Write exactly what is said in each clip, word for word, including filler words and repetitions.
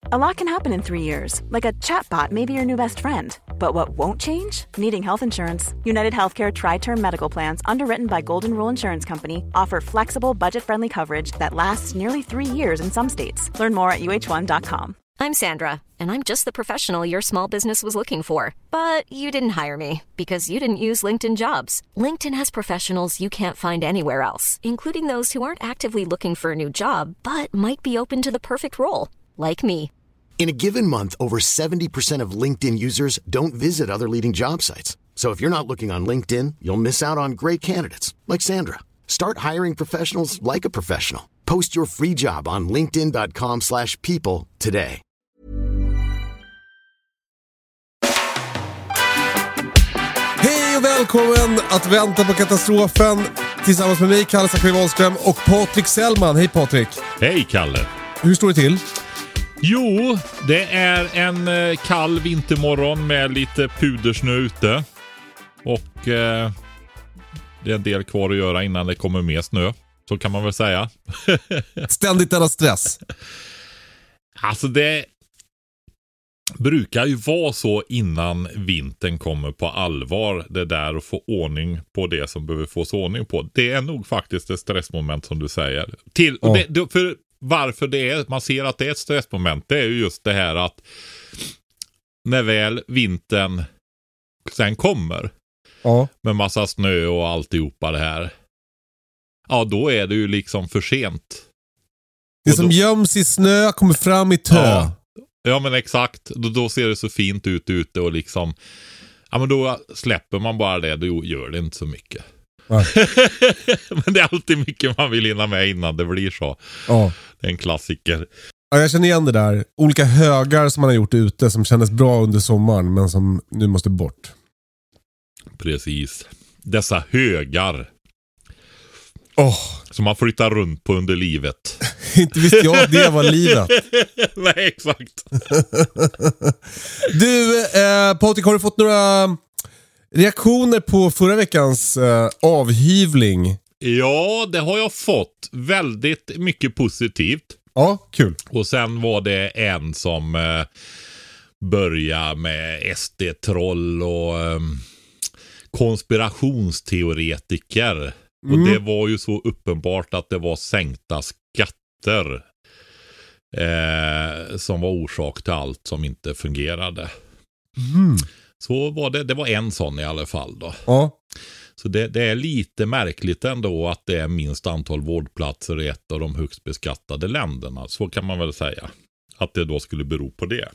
A lot can happen in three years, like a chatbot may be your new best friend. But what won't change? Needing health insurance. United Healthcare Tri-Term Medical Plans, underwritten by Golden Rule Insurance Company, offer flexible, budget-friendly coverage that lasts nearly three years in some states. Learn more at U H one dot com. I'm Sandra, and I'm just the professional your small business was looking for. But you didn't hire me because you didn't use LinkedIn Jobs. LinkedIn has professionals you can't find anywhere else, including those who aren't actively looking for a new job, but might be open to the perfect role, like me. In a given month, over seventy percent of LinkedIn users don't visit other leading job sites. So if you're not looking on LinkedIn, you'll miss out on great candidates like Sandra. Start hiring professionals like a professional. Post your free job on linkedin dot com slash people today. Hej och välkommen att vänta på katastrofen tillsammans med mig, Kalle Zackari Wahlström, och Patrik Sellman. Hej Patrik. Hej Kalle. Hur står det till? Jo, det är en kall vintermorgon med lite pudersnö ute. Och eh, det är en del kvar att göra innan det kommer mer snö. Så kan man väl säga. Ständigt denna stress. Alltså det brukar ju vara så innan vintern kommer på allvar. Det där att få ordning på det som behöver fås ordning på. Det är nog faktiskt ett stressmoment som du säger. Till, ja. det, för varför det är, man ser att det är ett stressmoment, det är ju just det här att när väl vintern sen kommer, ja, med massa snö och alltihopa det här, ja då är det ju liksom för sent. Det och som då, göms i snö kommer fram i tö. Ja, ja men exakt, då, då ser det så fint ut ute och liksom, ja men då släpper man bara det, då gör det inte så mycket. Ja. Men det är alltid mycket man vill hinna med innan det blir så. Ja. Det är en klassiker. Ja, jag känner igen det där. Olika högar som man har gjort ute som kändes bra under sommaren men som nu måste bort. Precis. Dessa högar. Oh. Som man flyttar runt på under livet. Inte visste jag att det var livet. Nej, exakt. Du, eh, Patrik, har du fått några reaktioner på förra veckans eh, avhyvling? Ja, det har jag fått. Väldigt mycket positivt. Ja, kul. Och sen var det en som eh, började med S D-troll och eh, konspirationsteoretiker. Mm. Och det var ju så uppenbart att det var sänkta skatter eh, som var orsak till allt som inte fungerade. Mm. Så var det, det var en sån i alla fall då. Ja. Så det, det är lite märkligt ändå att det är minst antal vårdplatser i ett av de högst beskattade länderna. Så kan man väl säga. Att det då skulle bero på det.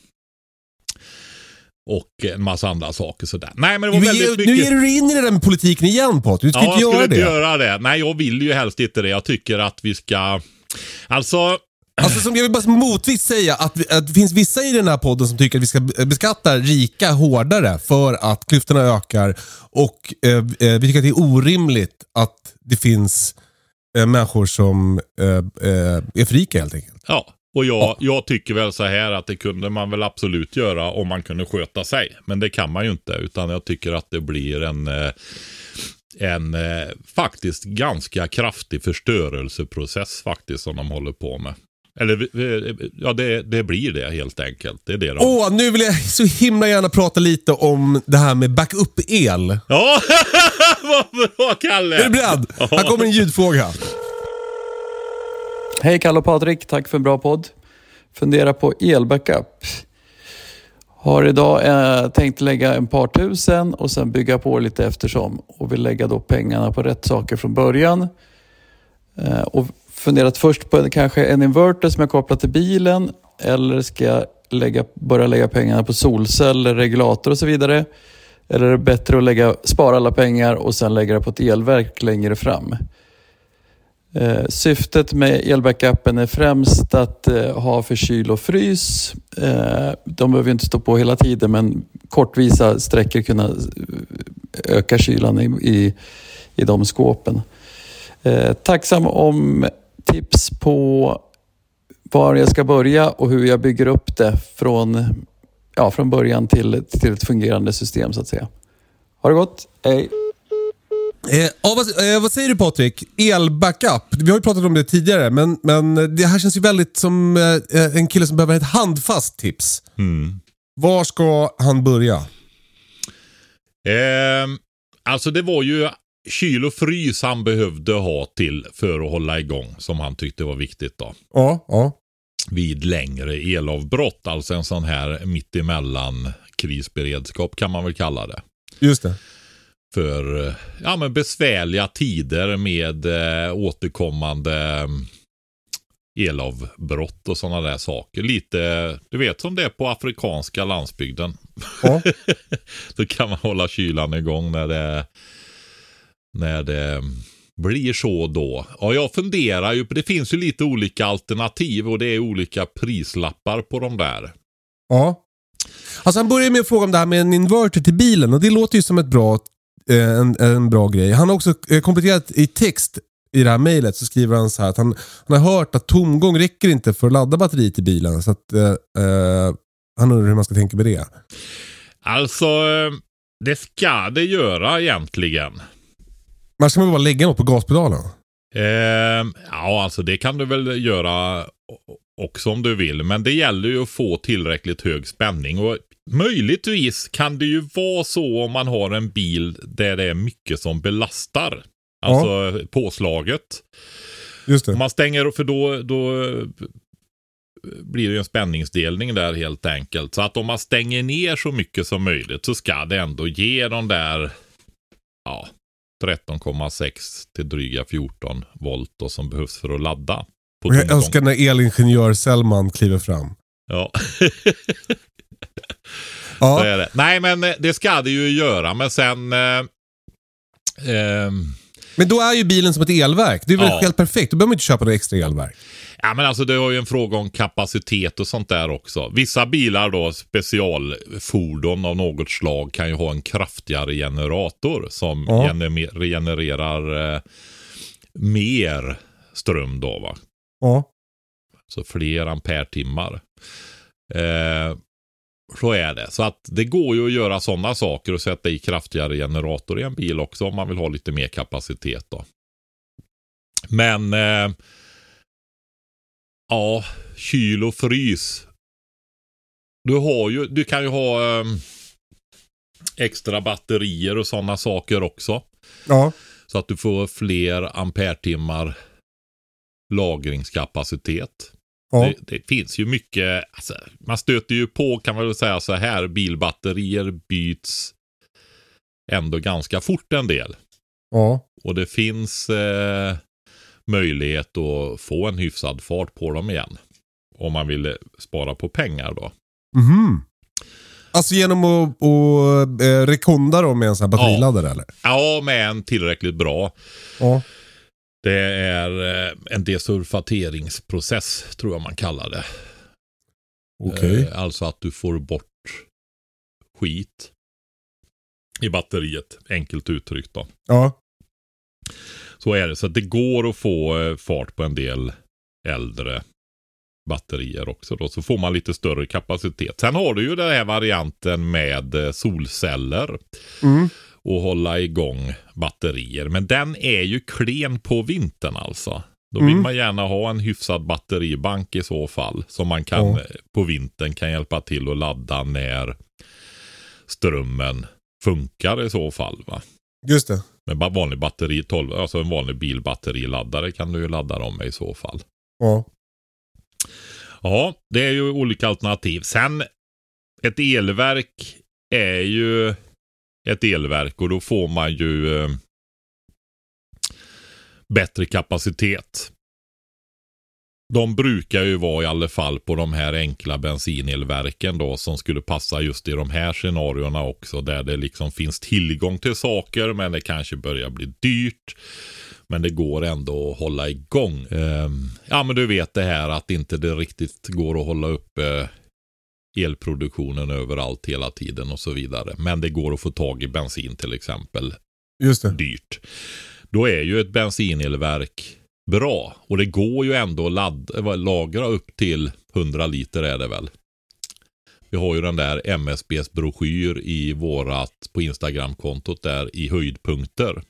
Och en massa andra saker sådär. Nej, men det var nu, väldigt ger, mycket... nu ger du in i den politiken igen, Pat. Du ska ja, inte göra skulle det. Inte göra det. Nej, jag vill ju helst inte det. Jag tycker att vi ska... Alltså... Alltså som jag vill bara motvis säga att, vi, att det finns vissa i den här podden som tycker att vi ska beskatta rika hårdare för att klyftorna ökar, och eh, vi tycker att det är orimligt att det finns eh, människor som eh, eh, är frika helt enkelt. Ja, och jag, ja. jag tycker väl så här att det kunde man väl absolut göra om man kunde sköta sig. Men det kan man ju inte, utan jag tycker att det blir en... Eh, en eh, faktiskt ganska kraftig förstörelseprocess faktiskt som de håller på med. Eller ja, det, det blir det helt enkelt. Det är det. Åh, nu vill jag så himla gärna prata lite om det här med backup-el. Ja, vad bra, Kalle. Är du beredd? Här kommer en ljudfråga. Hej Kalle och Patrik, tack för en bra podd. Fundera på elbackup. Har idag eh, tänkt lägga en par tusen och sen bygga på lite eftersom. Och vill lägga då pengarna på rätt saker från början. Eh, och funderat först på kanske en inverter som jag kopplar till bilen. Eller ska jag lägga, börja lägga pengarna på solceller, regulator och så vidare. Eller är det bättre att lägga, spara alla pengar och sen lägga det på ett elverk längre fram. Eh, syftet med elbackupen är främst att eh, ha för kyl och frys. Eh, de behöver inte stå på hela tiden, men kortvisa sträckor kunna öka kylan i, i, i de skåpen. Eh, tacksam om tips på var jag ska börja och hur jag bygger upp det från, ja, från början till, till ett fungerande system så att säga. Ha det gott, hej! Eh, ja, vad, eh, vad säger du Patrik? Elbackup. Vi har ju pratat om det tidigare, men, men det här känns ju väldigt som eh, en kille som behöver ett handfast tips. Mm. Var ska han börja? Eh, alltså det var ju kyl och frys han behövde ha till för att hålla igång, som han tyckte var viktigt då. Ja, ja. Vid längre elavbrott, alltså en sån här mittemellan krisberedskap kan man väl kalla det. Just det. För ja, men besvärliga tider med eh, återkommande elavbrott och sådana där saker. Lite, du vet som det är på afrikanska landsbygden. Ja. Så kan man hålla kylan igång när det när det blir så då. Ja, jag funderar ju på, det finns ju lite olika alternativ och det är olika prislappar på de där. Ja. Alltså han börjar med att fråga om det här med en inverter till bilen och det låter ju som ett bra, eh, en, en bra grej. Han har också eh, kompletterat i text i det här mejlet, så skriver han så här att han, han har hört att tomgång räcker inte för att ladda batteriet i bilen, så att eh, eh, han undrar hur man ska tänka med det. Alltså, det ska det göra egentligen. Man ska väl bara lägga något på gaspedalen? Eh, ja, alltså det kan du väl göra också om du vill. Men det gäller ju att få tillräckligt hög spänning. Och möjligtvis kan det ju vara så om man har en bil där det är mycket som belastar. Alltså ja. Påslaget. Just det. Om man stänger, för då, då blir det ju en spänningsdelning där helt enkelt. Så att om man stänger ner så mycket som möjligt så ska det ändå ge de där ja, tretton komma sex till dryga fjorton volt då, som behövs för att ladda. På och jag älskar när elingenjör Selman kliver fram. Ja. Ja. Så är det. Nej, men det ska det ju göra. Men sen... Eh, eh, men då är ju bilen som ett elverk. Det är väl ja. helt perfekt. Då behöver man inte köpa något extra elverk. Ja, men alltså det har ju en fråga om kapacitet och sånt där också. Vissa bilar då, specialfordon av något slag, kan ju ha en kraftigare generator som ja. gener- regenererar eh, mer ström då, va? Ja. Så fler ampertimmar. Eh, så är det. Så att det går ju att göra sådana saker och sätta i kraftigare generator i en bil också om man vill ha lite mer kapacitet då. Men eh, ja, kyl och frys. Du har ju, du kan ju ha eh, extra batterier och sådana saker också. Ja. Så att du får fler ampertimmar lagringskapacitet. Ja. Det, det finns ju mycket, alltså, man stöter ju på, kan man väl säga så här, bilbatterier byts ändå ganska fort en del. Ja. Och det finns eh, möjlighet att få en hyfsad fart på dem igen. Om man vill spara på pengar då. Mhm. Alltså genom att och, eh, rekonda dem med en sån här batteriladdare ja. eller? Ja, med en tillräckligt bra. Ja. Det är eh, en desulfateringsprocess, tror jag man kallar det. Okej. Eh, alltså att du får bort skit i batteriet, enkelt uttryckt då. Ja. Så är det, så att det går att få eh, fart på en del äldre batterier också då, så får man lite större kapacitet. Sen har du ju den här varianten med eh, solceller. Mm. Och hålla igång batterier. Men den är ju klen på vintern alltså. Då vill mm. man gärna ha en hyfsad batteribank i så fall. Som man kan oh. på vintern kan hjälpa till att ladda när strömmen funkar i så fall, va? Just det. Med vanlig batteri, tolv, alltså en vanlig bilbatteriladdare kan du ju ladda dem med i så fall. Ja. Ja, det är ju olika alternativ. Sen ett elverk är ju ett elverk och då får man ju eh, bättre kapacitet. De brukar ju vara i alla fall på de här enkla bensinelverken då, som skulle passa just i de här scenarierna också, där det liksom finns tillgång till saker men det kanske börjar bli dyrt, men det går ändå att hålla igång. Eh, ja, men du vet det här att inte det riktigt går att hålla upp eh, elproduktionen överallt hela tiden och så vidare. Men det går att få tag i bensin till exempel. Just det. Dyrt. Då är ju ett bensinelverk bra. Och det går ju ändå att ladda, lagra upp till hundra liter är det väl. Vi har ju den där M S B:s broschyr i vårat på Instagram-kontot där i höjdpunkter.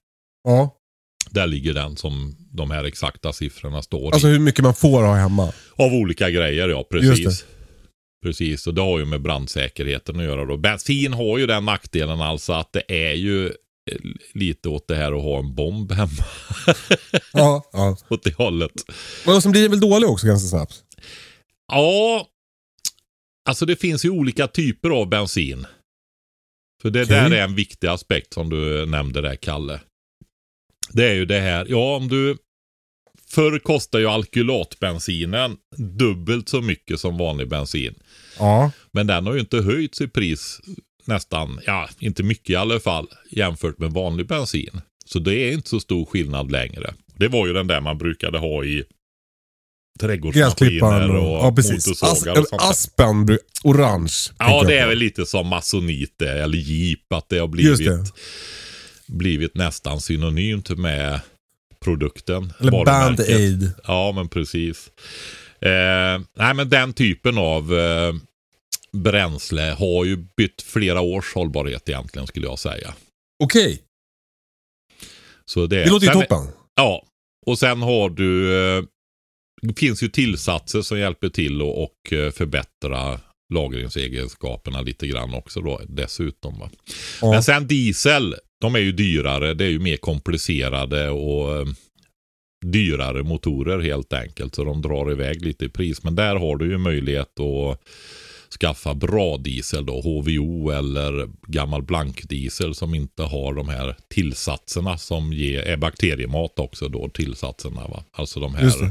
Ja. Där ligger den som de här exakta siffrorna står Alltså i. hur mycket man får ha hemma. Av olika grejer, ja, Just precis. det. Precis, och det har ju med brandsäkerheten att göra då. Bensin har ju den nackdelen alltså att det är ju lite åt det här att ha en bomb hemma. Ja, ja. Åt det hållet. Men som blir väl dålig också ganska snabbt. Ja, alltså det finns ju olika typer av bensin. För det Okay. där är en viktig aspekt som du nämnde där, Kalle. Det är ju det här, ja om du... Förr kostar ju alkylatbensinen dubbelt så mycket som vanlig bensin. Ja. Men den har ju inte höjts i pris nästan, ja inte mycket i alla fall, jämfört med vanlig bensin. Så det är inte så stor skillnad längre. Det var ju den där man brukade ha i trädgårdsmaskiner och, och ja, precis. motorsågar As- och sånt där. Aspen, orange. Ja, det är väl lite som masonit eller jeep, att det har blivit, det. blivit nästan synonymt med produkten. Eller varumärket. Band-Aid. Ja, men precis. Eh, nej, men den typen av eh, bränsle har ju bytt flera års hållbarhet egentligen, skulle jag säga. Okej. Så det, Det låter ju sen, toppen. Ja, och sen har du... Eh, det finns ju tillsatser som hjälper till att och, och förbättra lagringsegenskaperna lite grann också då, dessutom. Va? Ja. Men sen diesel, de är ju dyrare, det är ju mer komplicerade och eh, dyrare motorer helt enkelt, så de drar iväg lite i pris. Men där har du ju möjlighet att skaffa bra diesel då, H V O eller gammal blankdiesel som inte har de här tillsatserna som ger, är bakteriemat också då, tillsatserna, va? Alltså de här...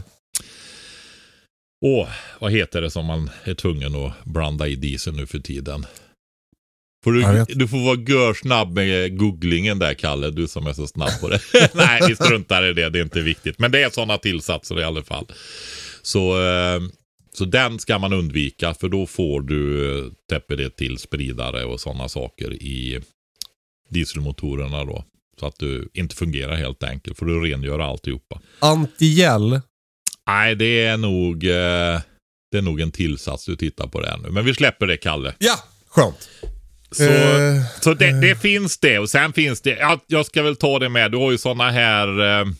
Åh, vad heter det som man är tvungen att blanda i diesel nu för tiden? Får du, du får vara görsnabb med googlingen där, Kalle, du som är så snabb på det. Nej, vi struntar i det, det är inte viktigt. Men det är sådana tillsatser i alla fall. Så, så den ska man undvika, för då får du täpper det till spridare och sådana saker i dieselmotorerna då. Så att du inte fungerar helt enkelt, för du rengör alltihopa. Antigel. Nej, det är nog eh, det är nog en tillsats du tittar på det nu. Men vi släpper det, Kalle. Ja, skönt. Så, eh, så det, det finns det. Och sen finns det, ja, jag ska väl ta det med. Du har ju sådana här eh,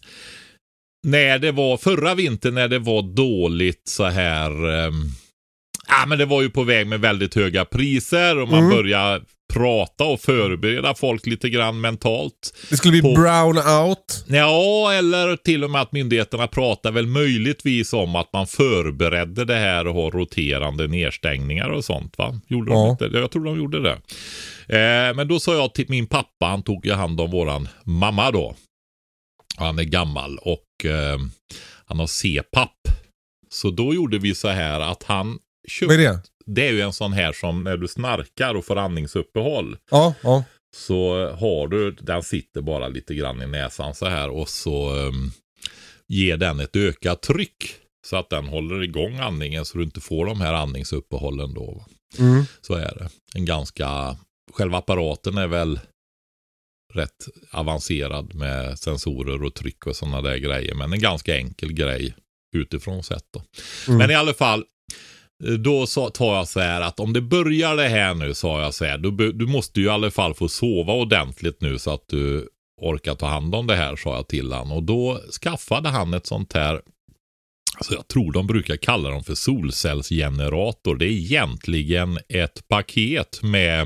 när det var förra vintern, när det var dåligt så här eh, ja, men det var ju på väg med väldigt höga priser och man mm. började prata och förbereda folk lite grann mentalt. Det skulle bli på... brown out. Ja, eller till och med att myndigheterna pratar väl möjligtvis om att man förberedde det här och har roterande nedstängningar och sånt, va? Gjorde ja. de inte? Jag tror de gjorde det. Eh, men då sa jag till min pappa, han tog ju hand om våran mamma då. Han är gammal och eh, han har C PAP. Så då gjorde vi så här att han köpte... Vad är det? Det är ju en sån här som när du snarkar och får andningsuppehåll. Ja, ja. Så har du, den sitter bara lite grann i näsan så här och så um, ger den ett ökat tryck så att den håller igång andningen så du inte får de här andningsuppehållen då. Mm. Så är det. En ganska, själva apparaten är väl rätt avancerad med sensorer och tryck och sådana där grejer, men en ganska enkel grej utifrån sett då. Mm. Men i alla fall, då tar jag så här att om det börjar det här nu, sa jag så här, du, du måste ju i alla fall få sova ordentligt nu så att du orkar ta hand om det här, sa jag till han. Och då skaffade han ett sånt här, alltså jag tror de brukar kalla dem för solcellsgenerator. Det är egentligen ett paket med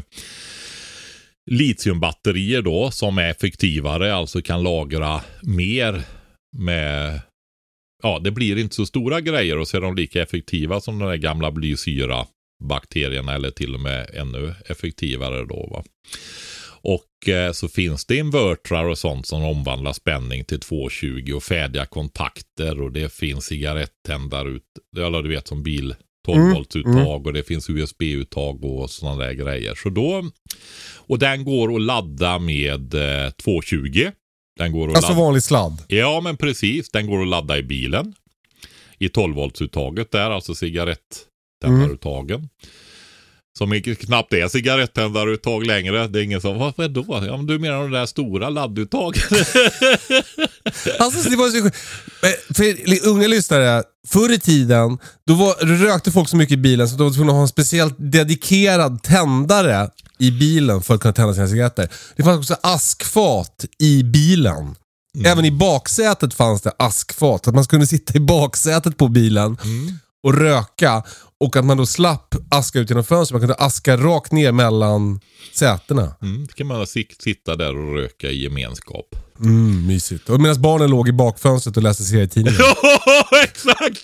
litiumbatterier då som är effektivare, alltså kan lagra mer med... Ja, det blir inte så stora grejer och så är de lika effektiva som de där gamla blysyra bakterierna eller till och med ännu effektivare då, va. Och eh, så finns det invertrar och sånt som omvandlar spänning till tvåhundratjugo och färdiga kontakter och det finns cigarettändare ut, eller du vet som bil tolv voltsuttag mm, mm. och det finns U S B-uttag och sådana där grejer. Så då, och den går att ladda med eh, tvåhundratjugo. Den går att alltså ladda. Vanlig sladd. Ja, men precis. Den går att ladda i bilen. I tolv voltsuttaget där, alltså cigarettändaruttagen. Mm. Som knappt är cigarettändaruttag längre. Det är ingen som, varför då? Ja, men du menar de där stora ladduttagen. Alltså, det var så... För unga lyssnare, förr i tiden, då var, rökte folk så mycket i bilen så de var tvungna att ha en speciellt dedikerad tändare i bilen för att kunna tända sina cigaretter. Det fanns också askfat i bilen. Mm. Även i baksätet fanns det askfat. Att man skulle sitta i baksätet på bilen mm. och röka. Och att man då slapp aska ut genom fönstret. Man kunde aska rakt ner mellan sätena. Mm. Det kan man sitta där och röka i gemenskap. Mm, mysigt. Och medan barnen låg i bakfönstret och läste serietidningar. Ja, exakt!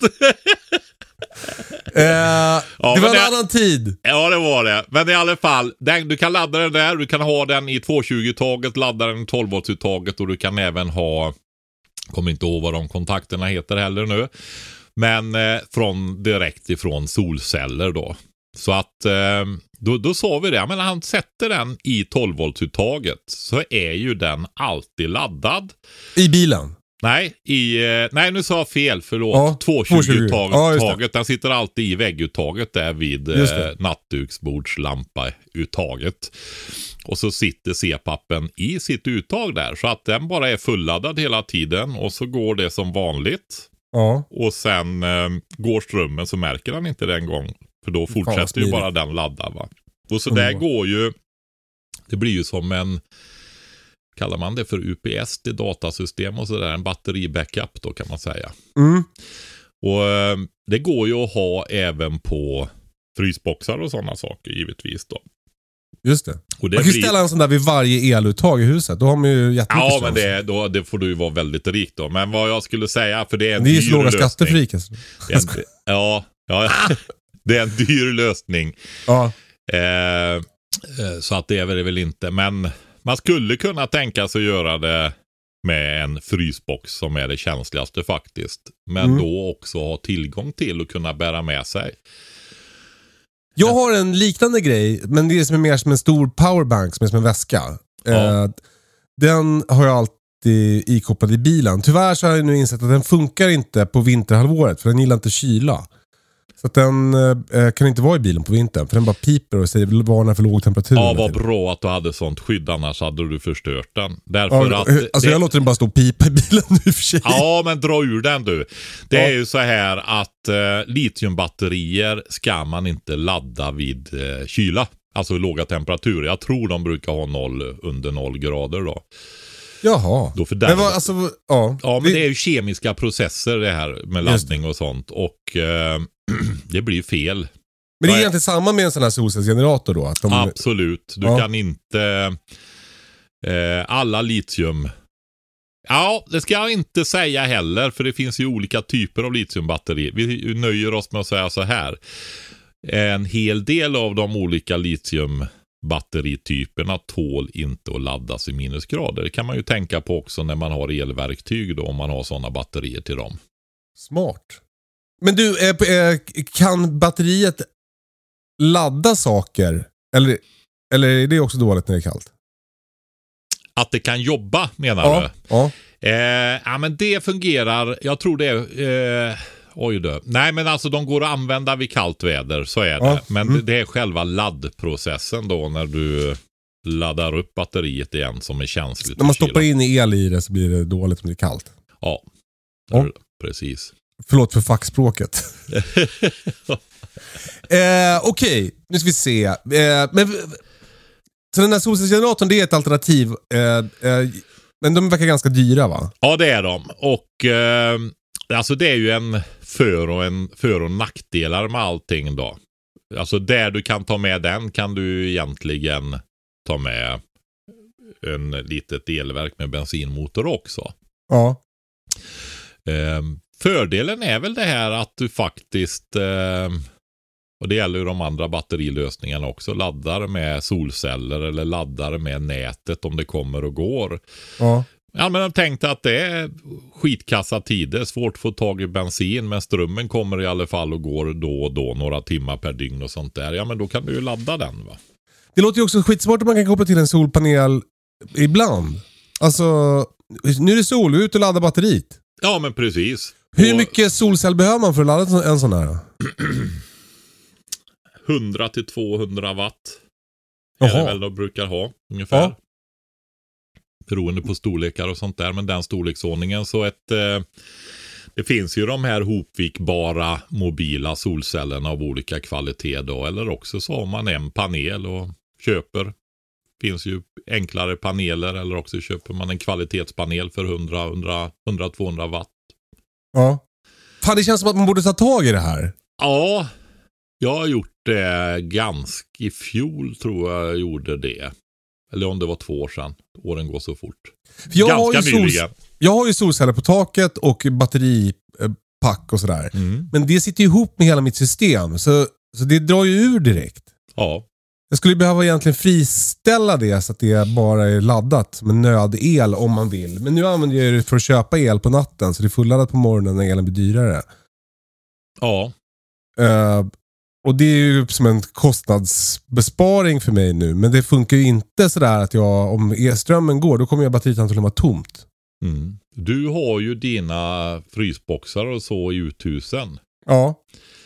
eh, ja, det var en det, annan tid. Ja, det var det. Men i alla fall, den, du kan ladda den där. Du kan ha den i tvåhundratjugo-uttaget, ladda den i tolv volts-uttaget. Och du kan även ha, kommer inte ihåg vad de kontakterna heter heller nu. Men eh, från, direkt ifrån solceller då. Så att eh, då, då sa vi det. Men när han sätter den i tolv volts-uttaget så är ju den alltid laddad. I bilen? Nej, i, eh, nej nu sa jag fel. Förlåt. Ja, tvåhundratjugo-uttaget. Ja, den sitter alltid i vägguttaget där vid eh, nattduksbordslampa-uttaget. Och så sitter C-pappen i sitt uttag där. Så att den bara är fulladdad hela tiden. Och så går det som vanligt. Ja. Och sen eh, går strömmen så märker den inte den gång. För då fortsätter ju bara den ladda, va. Och så där mm. går ju, det blir ju som en, kallar man det för U P S, det datasystem och sådär, en batteri-backup då kan man säga. Mm. Och eh, det går ju att ha även på frysboxar och sådana saker givetvis då. Just det. Och det man kan blir... ju ställa en sån där vid varje eluttag i huset. Då har man ju jättemycket. Ja, men det, då, det får du ju vara väldigt rik då. Men vad jag skulle säga, för det är en det är dyr ju så låga skatter för rika. Ja, ja. Det är en dyr lösning. Ja. Eh, så att det är väl inte. Men man skulle kunna tänka sig att göra det med en frysbox som är det känsligaste faktiskt. Men mm. då också ha tillgång till och kunna bära med sig. Jag har en liknande grej, men det är som är mer som en stor powerbank som är som en väska. Ja. Eh, den har jag alltid ikopplad i bilen. Tyvärr så har jag nu insett att den funkar inte på vinterhalvåret för den gillar inte kyla. Så att den eh, kan inte vara i bilen på vintern för den bara piper och säger varnar för låg temperatur. Ja, vad bra att du hade sånt skydd, annars hade du förstört den. Därför ja, att alltså det... jag låter den bara stå och pipa i bilen nu för sig. Ja, men dra ur den du. Det ja. är ju så här att eh, litiumbatterier ska man inte ladda vid eh, kyla. Alltså låga temperaturer. Jag tror de brukar ha noll under noll grader då. Jaha. Då för men vad, alltså, ja. ja, men det är ju kemiska processer det här med laddning och sånt. Och eh, det blir fel. Men det är egentligen samma med en sån här solcellsgenerator då? Att de... Absolut. Du ja. kan inte... Eh, alla litium... Ja, det ska jag inte säga heller. För det finns ju olika typer av litiumbatteri. Vi nöjer oss med att säga så här. En hel del av de olika litiumbatterityperna tål inte att laddas i minusgrader. Det kan man ju tänka på också när man har elverktyg då. Om man har sådana batterier till dem. Smart. Men du, äh, kan batteriet ladda saker? Eller, eller är det också dåligt när det är kallt? Att det kan jobba, menar ja, du? Ja. Eh, ja, men det fungerar. Jag tror det är... Eh, oj då. Nej, men alltså de går att använda vid kallt väder, så är det. Ja. Men Mm. det är själva laddprocessen då när du laddar upp batteriet igen som är känsligt. När man stoppar in el i det så blir det dåligt om det är kallt. Ja, ja. Precis. Förlåt för fackspråket. eh, Okej, okay. Nu ska vi se. Eh, men, så den här solcellsgeneratorn, det är ett alternativ. Eh, eh, men de verkar ganska dyra, va? Ja, det är de. Och eh, alltså det är ju en för- och, en för- och nackdelar med allting då. Alltså där du kan ta med den kan du egentligen ta med en litet elverk med bensinmotor också. Ja. Eh, fördelen är väl det här att du faktiskt, eh, och det gäller ju de andra batterilösningarna också, laddar med solceller eller laddar med nätet om det kommer och går. Ja. Ja, men jag tänkte att det är skitkassa tider, svårt att få tag i bensin, men strömmen kommer i alla fall och går då och då, några timmar per dygn och sånt där. Ja, men då kan du ju ladda den, va? Det låter ju också skitsmart att man kan koppla till en solpanel ibland. Alltså, nu är det sol, ut och ladda batteriet. Ja, men precis. Hur och mycket solcell behöver man för att ladda en sån här? hundra till tvåhundra watt. Jaha. Är det väl de brukar ha, ungefär. Ja. Beroende på storlekar och sånt där, men den storleksordningen. Så ett, eh, det finns ju de här hopvikbara mobila solcellerna av olika kvalitet då, eller också så har man en panel och köper. Finns ju enklare paneler eller också köper man en kvalitetspanel för hundra till tvåhundra watt. Ja. Fan, det känns som att man borde ta tag i det här. Ja, jag har gjort det ganska i fjol tror jag jag gjorde det. Eller om det var två år sedan. Åren går så fort. Jag ganska har ju nyligen. Sols- jag har ju solceller på taket och batteripack och sådär. Mm. Men det sitter ihop med hela mitt system. Så, så det drar ju ur direkt. Ja. Jag skulle behöva egentligen friställa det så att det bara är laddat med nödel om man vill. Men nu använder jag det för att köpa el på natten så det är fulladdat på morgonen när elen blir dyrare. Ja. Uh, och det är ju som en kostnadsbesparing för mig nu. Men det funkar ju inte sådär att jag, om strömmen går, då kommer jag batteriet antagligen vara tomt. Mm. Du har ju dina frysboxar och så i uthusen. Ja.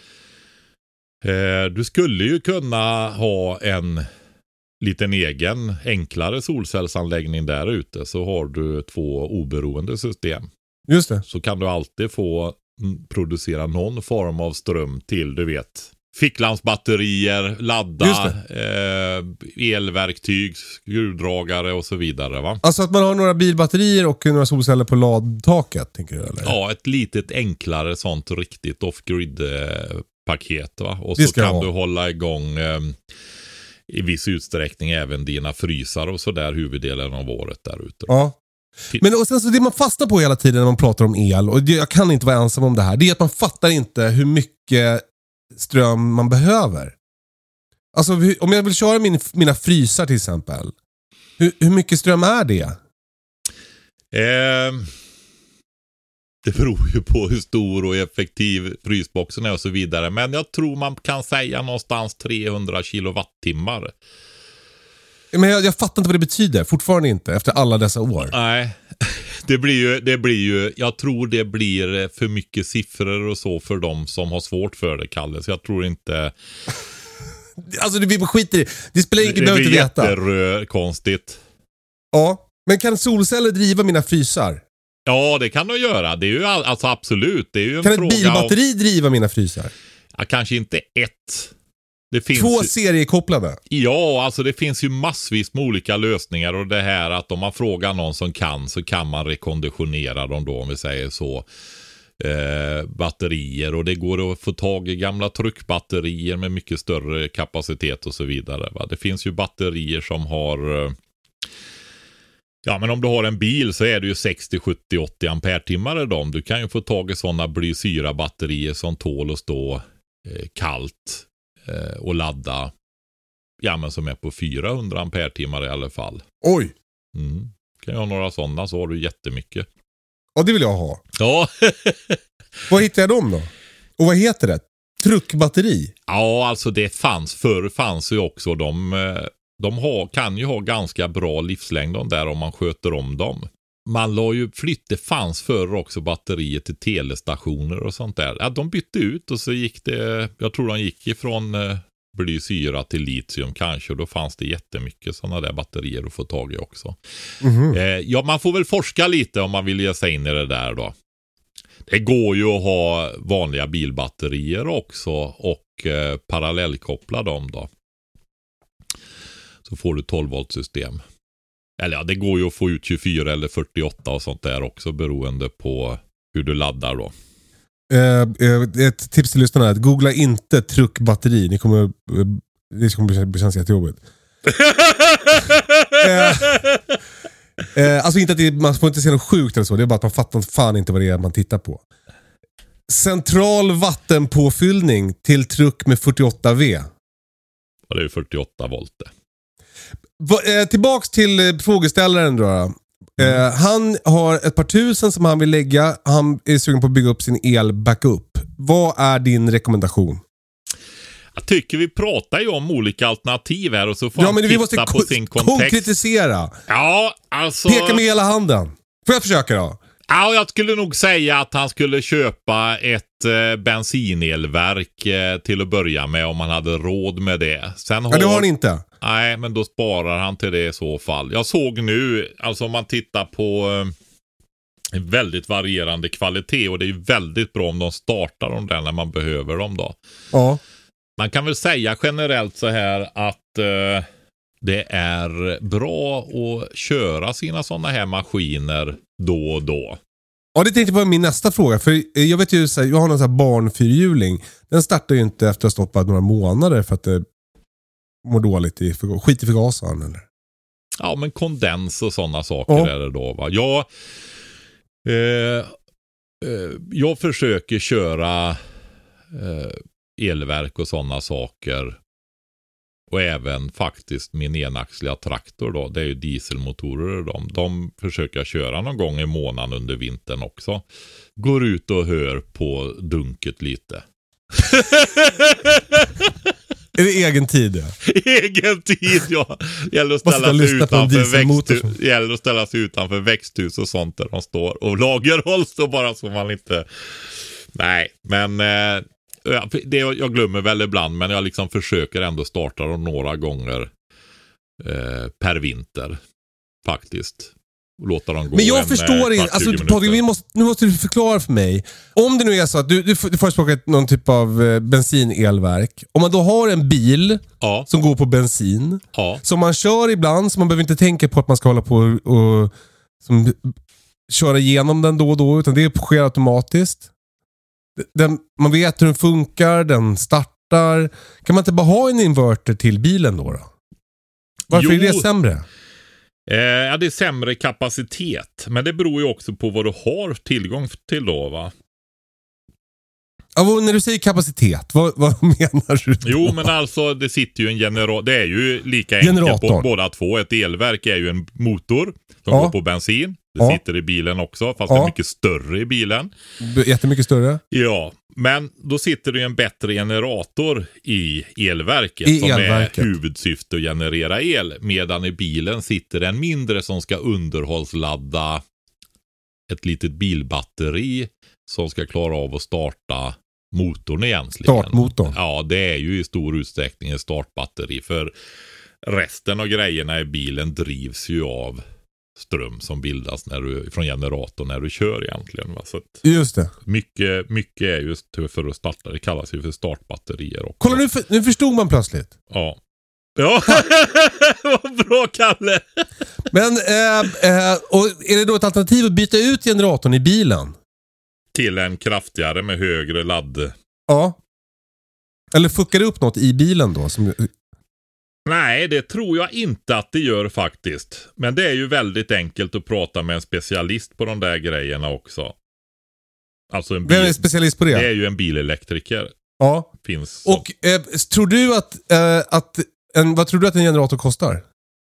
Eh, du skulle ju kunna ha en liten egen enklare solcellsanläggning där ute, så har du två oberoende system. Just det. Så kan du alltid få producera någon form av ström till, du vet, ficklampsbatterier, ladda, eh, elverktyg, skruvdragare och så vidare, va? Alltså att man har några bilbatterier och några solceller på ladtaket, tänker du, eller? Ja, ett litet enklare sånt riktigt off-grid eh, paket, va? Och Det så ska kan jag ha. du hålla igång eh, i viss utsträckning även dina frysar och så där huvuddelen av året där ute. Ja. Men och sen så det man fastnar på hela tiden när man pratar om el, och jag kan inte vara ensam om det här, det är att man fattar inte hur mycket ström man behöver. Alltså om jag vill köra min, mina frysar till exempel, hur, hur mycket ström är det? Eh, det beror ju på hur stor och effektiv frysboxen är och så vidare. Men jag tror man kan säga någonstans trehundra kilowattimmar. Men jag, jag fattar inte vad det betyder, fortfarande inte, efter alla dessa år. Nej, det blir ju, det blir ju, jag tror det blir för mycket siffror och så för dem som har svårt för det, Kalle. Så jag tror inte... Alltså det blir skit i det. Det spelar ingen, det behöver blir inte veta. jättekonstigt. Ja, men kan solceller driva mina frysar? Ja, det kan de göra. Det är ju all, alltså absolut. Det är ju en kan fråga ett bilbatteri av, driva mina frysar? Ja, kanske inte ett. Det finns Två ju, seriekopplade? Ja, alltså det finns ju massvis med olika lösningar. Och det här att om man frågar någon som kan, så kan man rekonditionera dem då, om vi säger så. Eh, batterier, och det går att få tag i gamla tryckbatterier med mycket större kapacitet och så vidare, va? Det finns ju batterier som har eh, ja, men om du har en bil så är det ju sextio, sjuttio, åttio ampere-timmar de. Du kan ju få tag i sådana blysyra batterier som tål att stå eh, kallt eh, och ladda, ja, men som är på fyrahundra ampere-timmar i alla fall. Oj! Mm. Kan jag ha några sådana, så har du jättemycket. Ja, det vill jag ha. Ja. Vad hittar jag dem då? Och vad heter det? Truckbatteri? Ja, alltså det fanns, förr fanns ju också de, de har, kan ju ha ganska bra livslängd de där om man sköter om dem. Man la ju flytt, det fanns förr också batterier till telestationer och sånt där. Ja, de bytte ut och så gick det, jag tror de gick ifrån eh, blysyra till litium kanske, och då fanns det jättemycket sådana där batterier att få tag i också. Mm-hmm. Eh, ja, man får väl forska lite om man vill ge sig in i det där då. Det går ju att ha vanliga bilbatterier också och eh, parallellkoppla dem då. Så får du tolv volt system. Eller ja, det går ju att få ut tjugofyra eller fyrtioåtta och sånt där också, beroende på hur du laddar då. Uh, ett tips till lyssnarna är att googla inte truckbatteri. Ni kommer, uh, det kommer bli känns jättejobbigt. uh, uh, alltså inte att det, man får inte se något sjukt eller så. Det är bara att man fattar fan inte vad det är man tittar på. Central vattenpåfyllning till truck med fyrtioåtta V. Och det är ju fyrtioåtta volt det. Va, uh, tillbaks till uh, frågeställaren då. Mm. Uh, han har ett par tusen som han vill lägga. Han är sugen på att bygga upp sin el-backup. Vad är din rekommendation? Jag tycker vi pratar ju om olika alternativ här, och så får ja, han men titta vi måste på ko- sin kontext. Konkretisera. Ja, alltså... Peka med hela handen. Får jag försöka då? Ja, jag skulle nog säga att han skulle köpa ett eh, bensinelverk eh, till att börja med, om han hade råd med det. Sen har... Ja, det har han inte. Nej, men då sparar han till det i så fall. Jag såg nu, alltså om man tittar på eh, väldigt varierande kvalitet, och det är ju väldigt bra om de startar dem där när man behöver dem då. Ja. Man kan väl säga generellt så här att eh, det är bra att köra sina sådana här maskiner då och då. Ja, det tänkte vara min nästa fråga. För jag vet ju, så här, jag har någon sån här barnfyrhjuling. Den startar ju inte efter att ha stått bara några månader för att det mår dåligt i för, skit i förgasaren eller? Ja, men kondens och sådana saker ja. är det då, va? Jag, eh, eh, jag försöker köra eh, elverk och sådana saker. Och även faktiskt min enaxliga traktor då. Det är ju dieselmotorer de. De försöker jag köra någon gång i månaden under vintern också. Går ut och hör på dunket lite. Är det egen tid? Ja? Egen tid, ja. Gäller att ställa sig utanför växthus, gäller att ställa sig utanför växthus och sånt där de står. Och lagerhålls då bara så man inte... Nej, men... Eh, det jag glömmer väl ibland, men jag liksom försöker ändå starta dem några gånger eh, per vinter faktiskt. Låta dem gå. Men jag en, förstår inte, alltså Patrik, vi måste, nu måste du förklara för mig. Om det nu är så att du, du, du förespråkar någon typ av eh, bensinelverk. Om man då har en bil ja. som går på bensin, ja. som man kör ibland, så man behöver inte tänka på att man ska hålla på och, och som, köra igenom den då och då, utan det sker automatiskt. Den, man vet hur den funkar, den startar. Kan man inte bara ha en inverter till bilen då? då? Varför jo. är det sämre? Eh, ja, det är sämre kapacitet. Men det beror ju också på vad du har tillgång till då, va? Ja, när du säger kapacitet, vad, vad menar du då? Jo, men alltså det sitter ju en generator. Det är ju lika enkelt på båda två. Ett elverk är ju en motor som ja. går på bensin. Det ja. sitter i bilen också, fast ja. det är mycket större i bilen. Jättemycket större. Ja, men då sitter det ju en bättre generator i elverket I som elverket. är huvudsyfte att generera el. Medan i bilen sitter en mindre som ska underhållsladda ett litet bilbatteri som ska klara av att starta motorn egentligen. Startmotorn. Ja, det är ju i stor utsträckning ett startbatteri, för resten av grejerna i bilen drivs ju av ström som bildas när du, från generatorn när du kör egentligen. Va? Så just det. Mycket, mycket är just för att starta. Det kallas ju för startbatterier också. Kolla, nu, för, nu förstod man plötsligt. Ja. Ja, vad bra, Kalle. Men äh, äh, och är det då ett alternativ att byta ut generatorn i bilen? Till en kraftigare med högre ladd. Ja. Eller fuckar det upp något i bilen då? Som... Nej, det tror jag inte att det gör faktiskt. Men det är ju väldigt enkelt att prata med en specialist på de där grejerna också. Alltså en bil... Vem är specialist på det? Det är ju en bilelektriker. Ja. Finns och eh, tror du att, eh, att en, vad tror du att en generator kostar?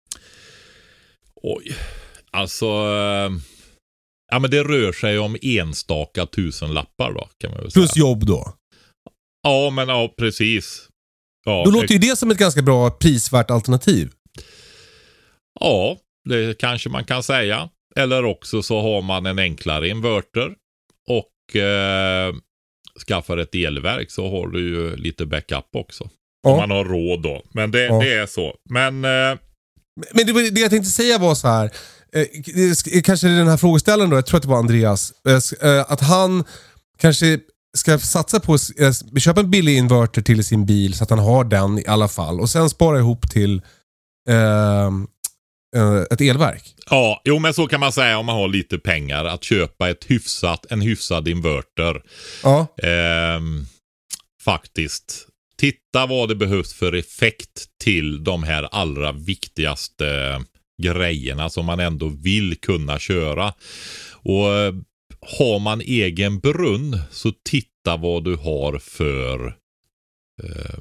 Oj. Alltså... Eh... Ja, men det rör sig om enstaka tusenlappar då, kan man väl säga. Plus jobb då? Ja, men ja, precis. Ja, då låter ju det som ett ganska bra prisvärt alternativ. Ja, det kanske man kan säga. Eller också så har man en enklare inverter och eh, skaffar ett elverk, så har du ju lite backup också. Ja. Om man har råd då. Men det, ja. det är så. Men, eh, men det, det jag tänkte säga var så här. Eh, kanske den här frågeställaren då, jag tror att det var Andreas. Eh, att han kanske ska satsa på att eh, köpa en billig inverter till sin bil så att han har den i alla fall. Och sen spara ihop till eh, ett elverk. Ja, jo, men så kan man säga om man har lite pengar. Att köpa ett hyfsat, en hyfsad inverter. Ja. Eh, faktiskt. Titta vad det behövs för effekt till de här allra viktigaste grejerna som man ändå vill kunna köra. Och har man egen brunn, så titta vad du har för eh,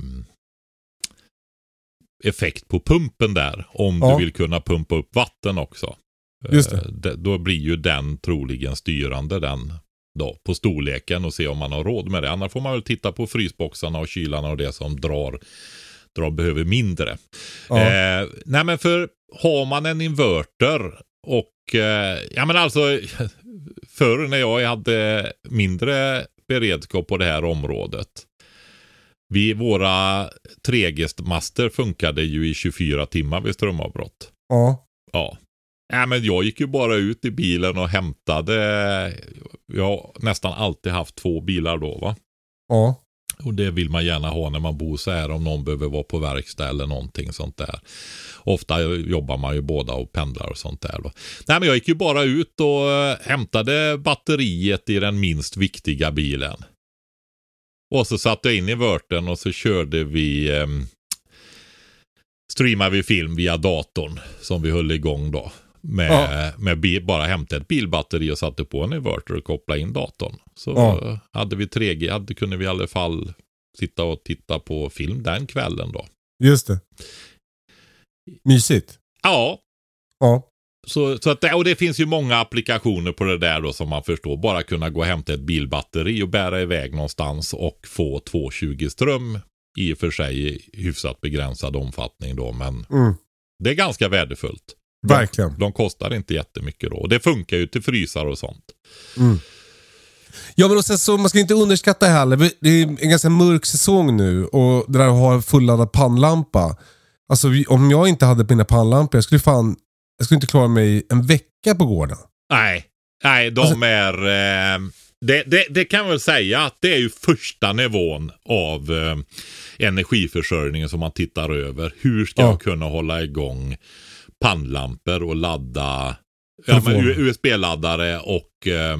effekt på pumpen där. Om ja. du vill kunna pumpa upp vatten också. Just det. Eh, då blir ju den troligen styrande den då, på storleken, och se om man har råd med det. Annars får man väl titta på frysboxarna och kylarna och det som drar, drar behöver mindre. Ja. Eh, nej men för har man en inverter och eh, ja men alltså förr när jag hade mindre beredskap på det här området, vi, våra tre G-master funkade ju i tjugofyra timmar vid strömavbrott. Ja. Ja. Ja, men jag gick ju bara ut i bilen och hämtade. Jag har nästan alltid haft två bilar då, va? Ja. Och det vill man gärna ha när man bor så här, om någon behöver vara på verkstad eller någonting sånt där. Ofta jobbar man ju båda och pendlar och sånt där då. Nej, men jag gick ju bara ut och hämtade batteriet i den minst viktiga bilen. Och så satte jag in i vörten och så körde vi eh, streamade vi film via datorn som vi höll igång då. Med, ja. med bil, bara hämta ett bilbatteri och satte på en inverter och koppla in datorn. Så ja. hade vi tre G, hade, kunde vi i alla fall sitta och titta på film den kvällen då. Just det. Mysigt. Ja. Ja. Så, så att det, och det finns ju många applikationer på det där då som man förstår. Bara kunna gå och hämta ett bilbatteri och bära iväg någonstans och få tvåhundratjugo ström i och för sig i hyfsat begränsad omfattning då. Men mm. det är ganska värdefullt. Verkligen. De, de kostar inte jättemycket då. Och det funkar ju till frysar och sånt. Mm. Ja, men och sen så man ska inte underskatta heller. Det är en ganska mörk säsong nu och det där att ha fulladdad pannlampa. Alltså om jag inte hade mina pannlampor, jag skulle fan jag skulle inte klara mig en vecka på gården. Nej, nej de alltså, är eh, det, det, det kan väl säga att det är ju första nivån av eh, energiförsörjningen som man tittar över. Hur ska ja. jag kunna hålla igång pannlampor och ladda ja, men U S B-laddare och eh,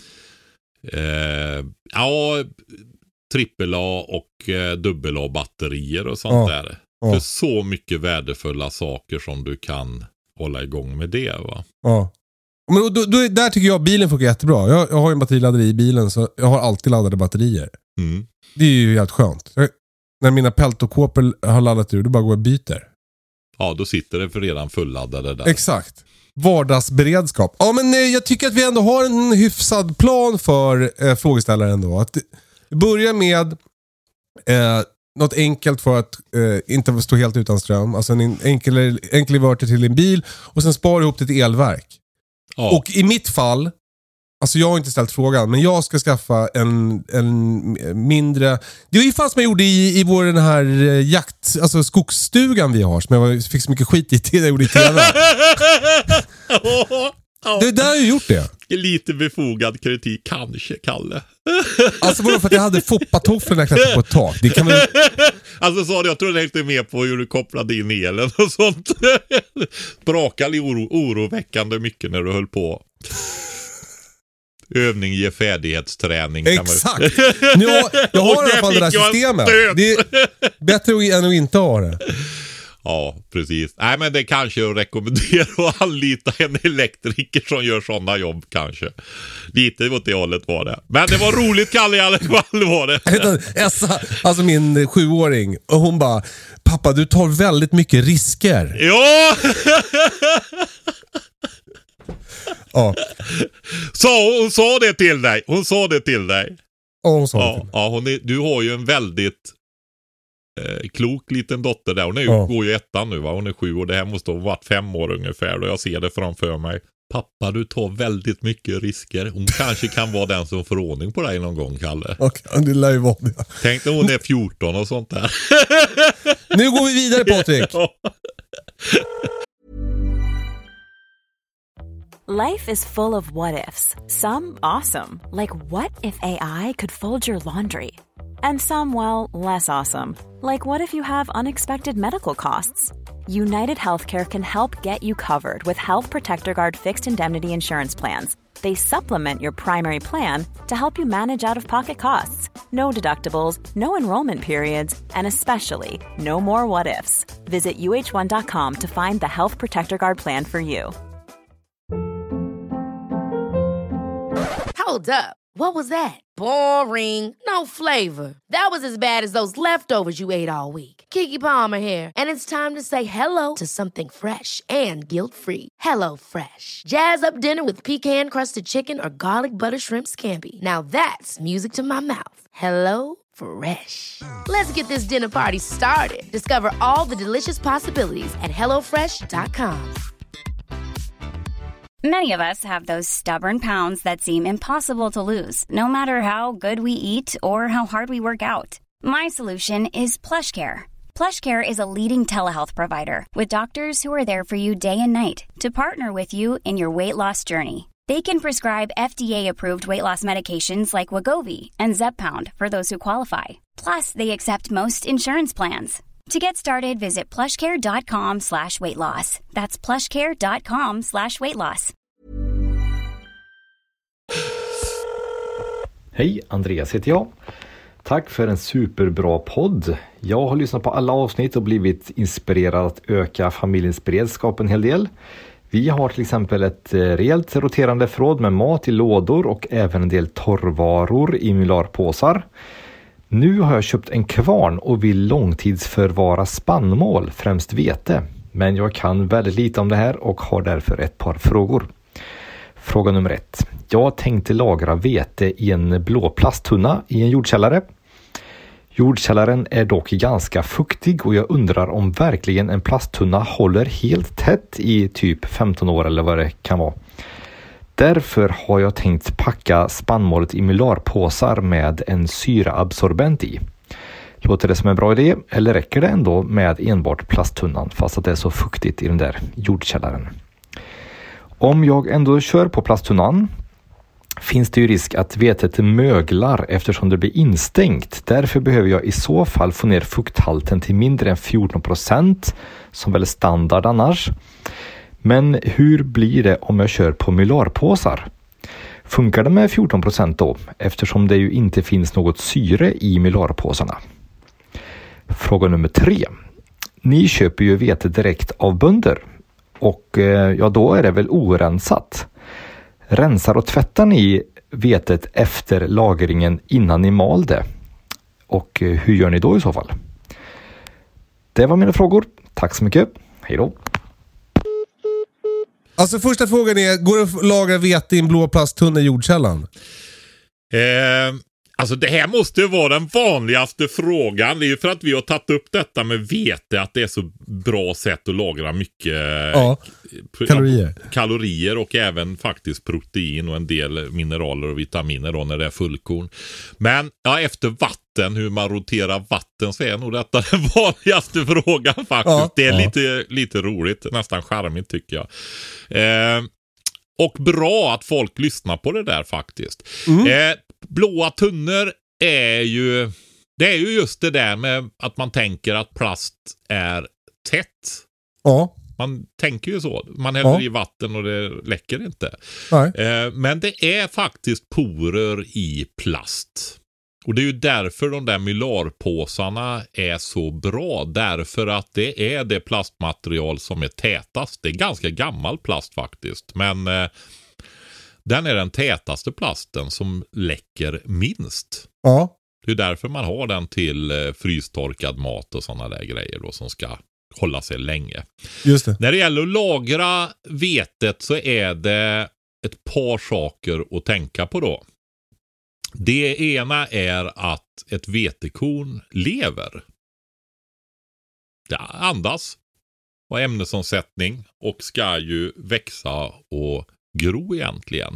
eh, ja, trippel A och eh, dubbel A-batterier och sånt ja. där. Ja. För så mycket värdefulla saker som du kan hålla igång med det, va? Ja. Men då, då, där tycker jag bilen funkar jättebra. Jag, jag har en batteriladdare i bilen så jag har alltid laddade batterier. Mm. Det är ju helt skönt. Jag, när mina peltokåpor har laddat ur, då bara går jag och byter. Ja, då sitter det för redan fulladdade där. Exakt. Vardagsberedskap. Ja, men eh, jag tycker att vi ändå har en hyfsad plan för eh, frågeställaren då. Att börja med eh, något enkelt för att eh, inte stå helt utan ström. Alltså en enkel, enkel inverter till din bil. Och sen spara ihop till ett elverk. Ja. Och i mitt fall, alltså jag har inte ställt frågan, men jag ska skaffa en, en mindre... Det var ju fan som jag gjorde i, i vår den här jakt, alltså skogsstugan vi har, som jag fick så mycket skit i till jag gjorde i tv. Det är där jag gjort det. Lite befogad kritik, kanske, Kalle. Alltså bara för att jag hade foppatofflor när jag klättrade på ett tak. Det kan man... Alltså sa du, jag tror det inte med på hur du kopplade in elen och sånt. Brakade oro, oroväckande mycket när du höll på. Övning ger färdighetsträning. Exakt. Man... ja, jag har i alla fall det där systemet. Det är bättre än att inte ha det. Ja, precis. Nej, men det kanske jag rekommenderar att anlita en elektriker som gör sådana jobb kanske. Lite åt det hållet var det. Men det var roligt, Kalle, i alla fall var det. Essa, alltså min sjuåring, och hon bara, pappa, du tar väldigt mycket risker. Ja! Ja. Så hon sa det till dig. Hon sa det till dig. Ja, hon sa ja, det till mig. Ja, hon är, du har ju en väldigt eh, klok liten dotter där. Hon är ju, ja. går ju ettan nu, va? Hon är sju och det här måste ha varit fem år ungefär. Och jag ser det framför mig. Pappa, du tar väldigt mycket risker. Hon kanske kan vara den som får ordning på dig någon gång, Kalle. Okej, det lär ju vara det. Tänk när hon är fjorton och sånt där. Nu går vi vidare, Patrik. Life is full of what-ifs. Some awesome, like what if A I could fold your laundry? And some, well, less awesome, like what if you have unexpected medical costs? United Healthcare can help get you covered with Health Protector Guard fixed indemnity insurance plans. They supplement your primary plan to help you manage out-of-pocket costs. No deductibles, no enrollment periods, and especially no more what-ifs. Visit U H one dot com to find the Health Protector Guard plan for you. Hold up. What was that? Boring. No flavor. That was as bad as those leftovers you ate all week. Keke Palmer here, and it's time to say hello to something fresh and guilt-free. Hello Fresh. Jazz up dinner with pecan-crusted chicken or garlic butter shrimp scampi. Now that's music to my mouth. Hello Fresh. Let's get this dinner party started. Discover all the delicious possibilities at hello fresh dot com. Many of us have those stubborn pounds that seem impossible to lose, no matter how good we eat or how hard we work out. My solution is PlushCare. PlushCare is a leading telehealth provider with doctors who are there for you day and night to partner with you in your weight loss journey. They can prescribe F D A-approved weight loss medications like Wegovy and Zepbound for those who qualify. Plus, they accept most insurance plans. To get started, visit plushcare.com slash weight loss. That's plushcare.com slash weight loss. Hej, Andreas heter jag. Tack för en superbra podd. Jag har lyssnat på alla avsnitt och blivit inspirerad att öka familjens beredskap en hel del. Vi har till exempel ett rejält roterande förråd med mat i lådor och även en del torrvaror i mylarpåsar. Nu har jag köpt en kvarn och vill långtidsförvara spannmål, främst vete. Men jag kan väldigt lite om det här och har därför ett par frågor. Fråga nummer ett. Jag tänkte lagra vete i en blå plasttunna i en jordkällare. Jordkällaren är dock ganska fuktig och jag undrar om verkligen en plasttunna håller helt tätt i typ femton år eller vad det kan vara. Därför har jag tänkt packa spannmålet i mylarpåsar med en syraabsorbent i. Låter det som en bra idé eller räcker det ändå med enbart plasttunnan fast att det är så fuktigt i den där jordkällaren? Om jag ändå kör på plasttunnan finns det ju risk att vetet möglar eftersom det blir instängt. Därför behöver jag i så fall få ner fukthalten till mindre än fjorton procent som väl är standard annars. Men hur blir det om jag kör på mylarpåsar? Funkar det med fjorton procent då eftersom det ju inte finns något syre i mylarpåsarna? Fråga nummer tre. Ni köper ju vete direkt av bönder och ja, då är det väl orensat. Rensar och tvättar ni vetet efter lagringen innan ni mal det? Och hur gör ni då i så fall? Det var mina frågor. Tack så mycket. Hej då. Alltså första frågan är, går det att lagra vete i en blå plasttunna i jordkällan? Eh, alltså det här måste ju vara den vanligaste frågan. Det är ju för att vi har tagit upp detta med vete, att det är så bra sätt att lagra mycket ja, kalorier. kalorier och även faktiskt protein och en del mineraler och vitaminer då när det är fullkorn. Men ja, efter vatten, hur man roterar vatten, så är nog detta den vanligaste frågan faktiskt. Ja, det är ja. lite, lite roligt, nästan charmigt tycker jag. Eh, och bra att folk lyssnar på det där faktiskt. Mm. Eh, blåa tunnor är ju, det är ju just det där med att man tänker att plast är tätt. Ja. Man tänker ju så. Man häller ja. i vatten och det läcker inte. Nej. Eh, men det är faktiskt porer i plast. Och det är ju därför de där mylarpåsarna är så bra. Därför att det är det plastmaterial som är tätast. Det är ganska gammal plast faktiskt. Men eh, den är den tätaste plasten som läcker minst. Ja. Det är därför man har den till eh, frystorkad mat och sådana där grejer då, som ska hålla sig länge. Just det. När det gäller att lagra vetet så är det ett par saker att tänka på då. Det ena är att ett vetekorn lever. Det andas och ämnesomsättning och ska ju växa och gro egentligen.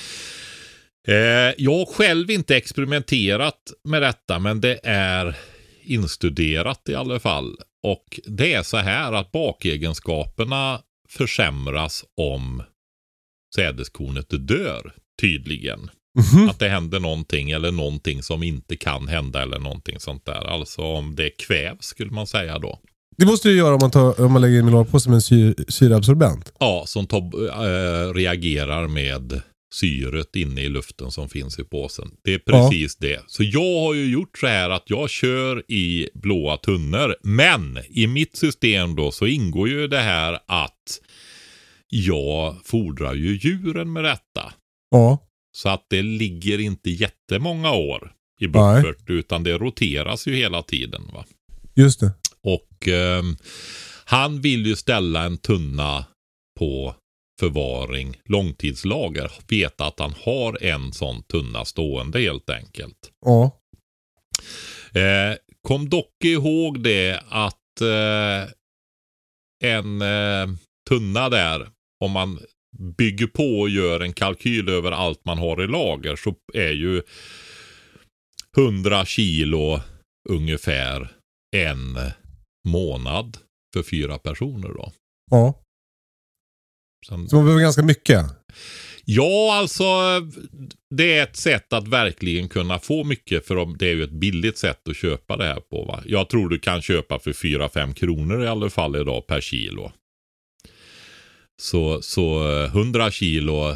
Eh, jag har själv inte experimenterat med detta, men det är instuderat i alla fall. Och det är så här att bakegenskaperna försämras om sädeskornet dör tydligen. Mm-hmm. Att det händer någonting eller någonting som inte kan hända eller någonting sånt där. Alltså om det kvävs skulle man säga då. Det måste du göra om man, tar, om man lägger in mylarpåse med en sy, syraabsorbent. Ja, som tar, äh, reagerar med syret inne i luften som finns i påsen. Det är precis ja. det. Så jag har ju gjort så här att jag kör i blåa tunnor. Men i mitt system då så ingår ju det här att jag fodrar ju djuren med detta. Ja. Så att det ligger inte jättemånga år i buffert. Nej. Utan det roteras ju hela tiden va. Just det. Och eh, han vill ju ställa en tunna på förvaring, långtidslager. Veta att han har en sån tunna stående helt enkelt. Ja. Eh, kom dock ihåg det att eh, en eh, tunna där, om man bygger på och gör en kalkyl över allt man har i lager, så är ju hundra kilo ungefär en månad för fyra personer då. Ja. Sen, så man behöver ganska mycket. Ja, alltså det är ett sätt att verkligen kunna få mycket, för det är ju ett billigt sätt att köpa det här på, va? Jag tror du kan köpa för fyra fem kronor i alla fall idag per kilo. Så, så hundra kilo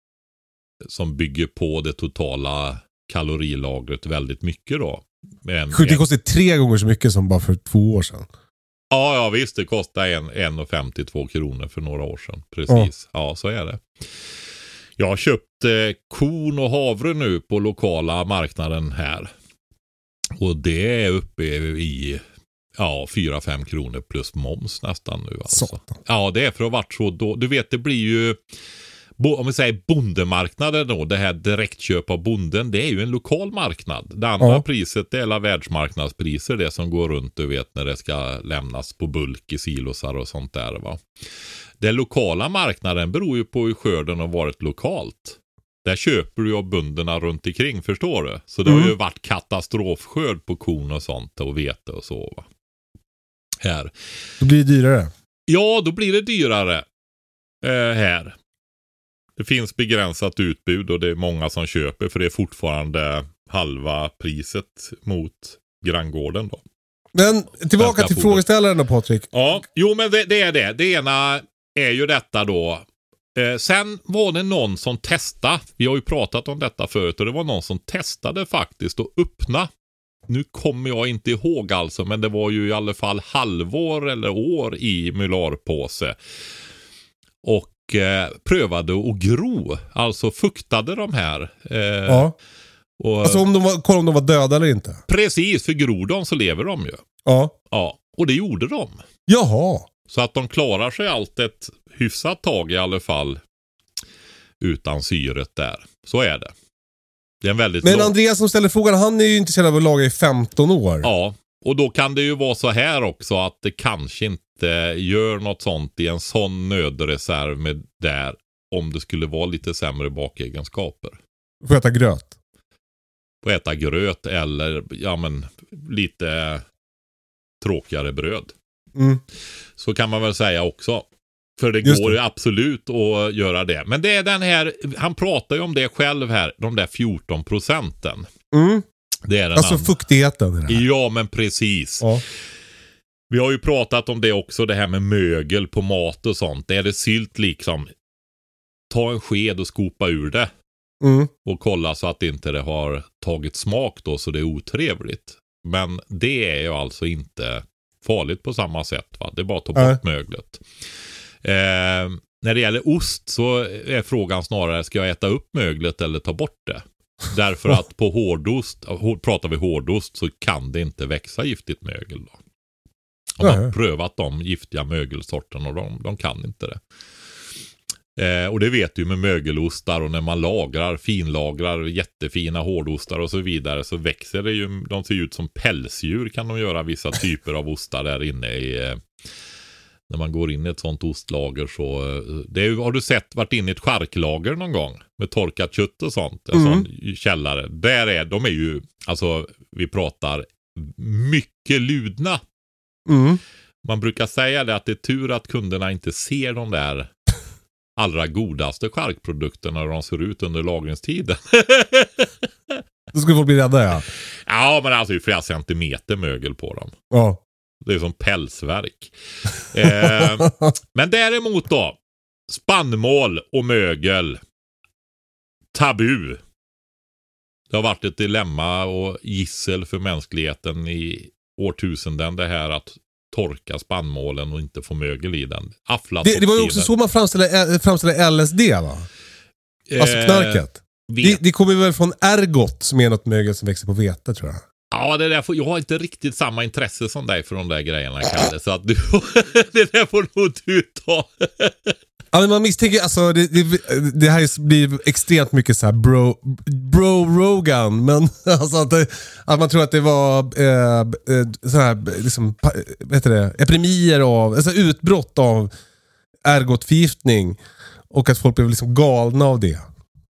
som bygger på det totala kalorilagret väldigt mycket då. Men, det kostar tre gånger så mycket som bara för två år sedan. Ja, ja visst, det kostar en, en och femtiotvå kronor för några år sedan. Precis, ja, ja så är det. Jag har köpt eh, korn och havre nu på lokala marknaden här. Och det är uppe i ja, fyra fem kronor plus moms nästan nu. Alltså. Så. Ja, det är för att ha varit så då. Du vet, det blir ju, om vi säger bondemarknaden då, det här direktköp av bonden, det är ju en lokal marknad. Det andra ja. priset, det är alla världsmarknadspriser, det som går runt, du vet, när det ska lämnas på bulk i silosar och sånt där, va. Den lokala marknaden beror ju på hur skörden har varit lokalt. Där köper du av bunderna runt omkring, förstår du? Så det mm. har ju varit katastrofskörd på korn och sånt och vete och så, va. Här. Då blir det dyrare. Ja, då blir det dyrare eh, här. Det finns begränsat utbud och det är många som köper, för det är fortfarande halva priset mot granngården då. Men tillbaka till frågeställaren då, Patrik. Ja, jo men det, det är det. Det ena är ju detta då. Eh, sen var det någon som testade. Vi har ju pratat om detta förut och det var någon som testade faktiskt att öppna. Nu kommer jag inte ihåg alltså, men det var ju i alla fall halvår eller år i mylarpåse. Och eh, prövade att gro. Alltså fuktade de här. Eh, ja. Och, alltså om de var, kolla om de var döda eller inte. Precis, för gror de så lever de ju. Ja. Ja, och det gjorde de. Jaha. Så att de klarar sig allt ett hyfsat tag i alla fall utan syret där. Så är det. Det är en väldigt Men lång... Andreas som ställer frågan, han är ju intresserad av att laga i femton år. Ja, och då kan det ju vara så här också att det kanske inte gör något sånt i en sån nödreserv med där om det skulle vara lite sämre bakegenskaper. Får äta gröt? Får äta gröt eller ja men lite tråkigare bröd. Mm. Så kan man väl säga också. För det Just går det. ju absolut att göra det. Men det är den här, han pratar ju om det själv här, de där fjorton procenten. Mm. Det är den alltså andra. fuktigheten i det här. Ja, men precis. Ja. Vi har ju pratat om det också, det här med mögel på mat och sånt. Är det sylt liksom, ta en sked och skopa ur det. Mm. Och kolla så att inte det har tagit smak då så det är otrevligt. Men det är ju alltså inte farligt på samma sätt, va? Det är bara att ta bort äh. möglet. Eh, när det gäller ost så är frågan snarare, ska jag äta upp möglet eller ta bort det? Därför att på hårdost, pratar vi hårdost, så kan det inte växa giftigt mögel då. De har prövat de giftiga mögelsorterna och de, de kan inte det. Eh, och det vet du med mögelostar, och när man lagrar, finlagrar jättefina hårdostar och så vidare, så växer det ju, de ser ut som pälsdjur kan de göra vissa typer av ostar där inne i, eh, när man går in i ett sånt ostlager så, eh, det är, har du sett varit inne i ett charklager någon gång med torkat kött och sånt, en mm. sån källare, där är, de är ju, alltså vi pratar mycket ludna. Mm. Man brukar säga det att det är tur att kunderna inte ser de där allra godaste charkprodukterna när de ser ut under lagringstiden. Då skulle folk bli rädda, ja. Ja, men alltså det är flera centimeter mögel på dem. Ja. Det är som pälsverk. eh, men däremot då, spannmål och mögel, tabu. Det har varit ett dilemma och gissel för mänskligheten i årtusenden, det här att torka spannmålen och inte få mögel i den. Det, det var ju också så man framställde, framställde L S D, va? Alltså knarket. Eh, det, det kommer väl från ergot, som är något mögel som växer på vete, tror jag. Ja, det där får, jag har inte riktigt samma intresse som dig för de där grejerna, Kalle. Så att du, det där får nog du ta. Ja, men man misstänker, alltså det, det, det här blir extremt mycket så här bro, bro Rogan, men alltså att, det, att man tror att det var eh, så här liksom, vad heter det, epidemier av, alltså utbrott av ergotförgiftning och att folk blev liksom galna av det.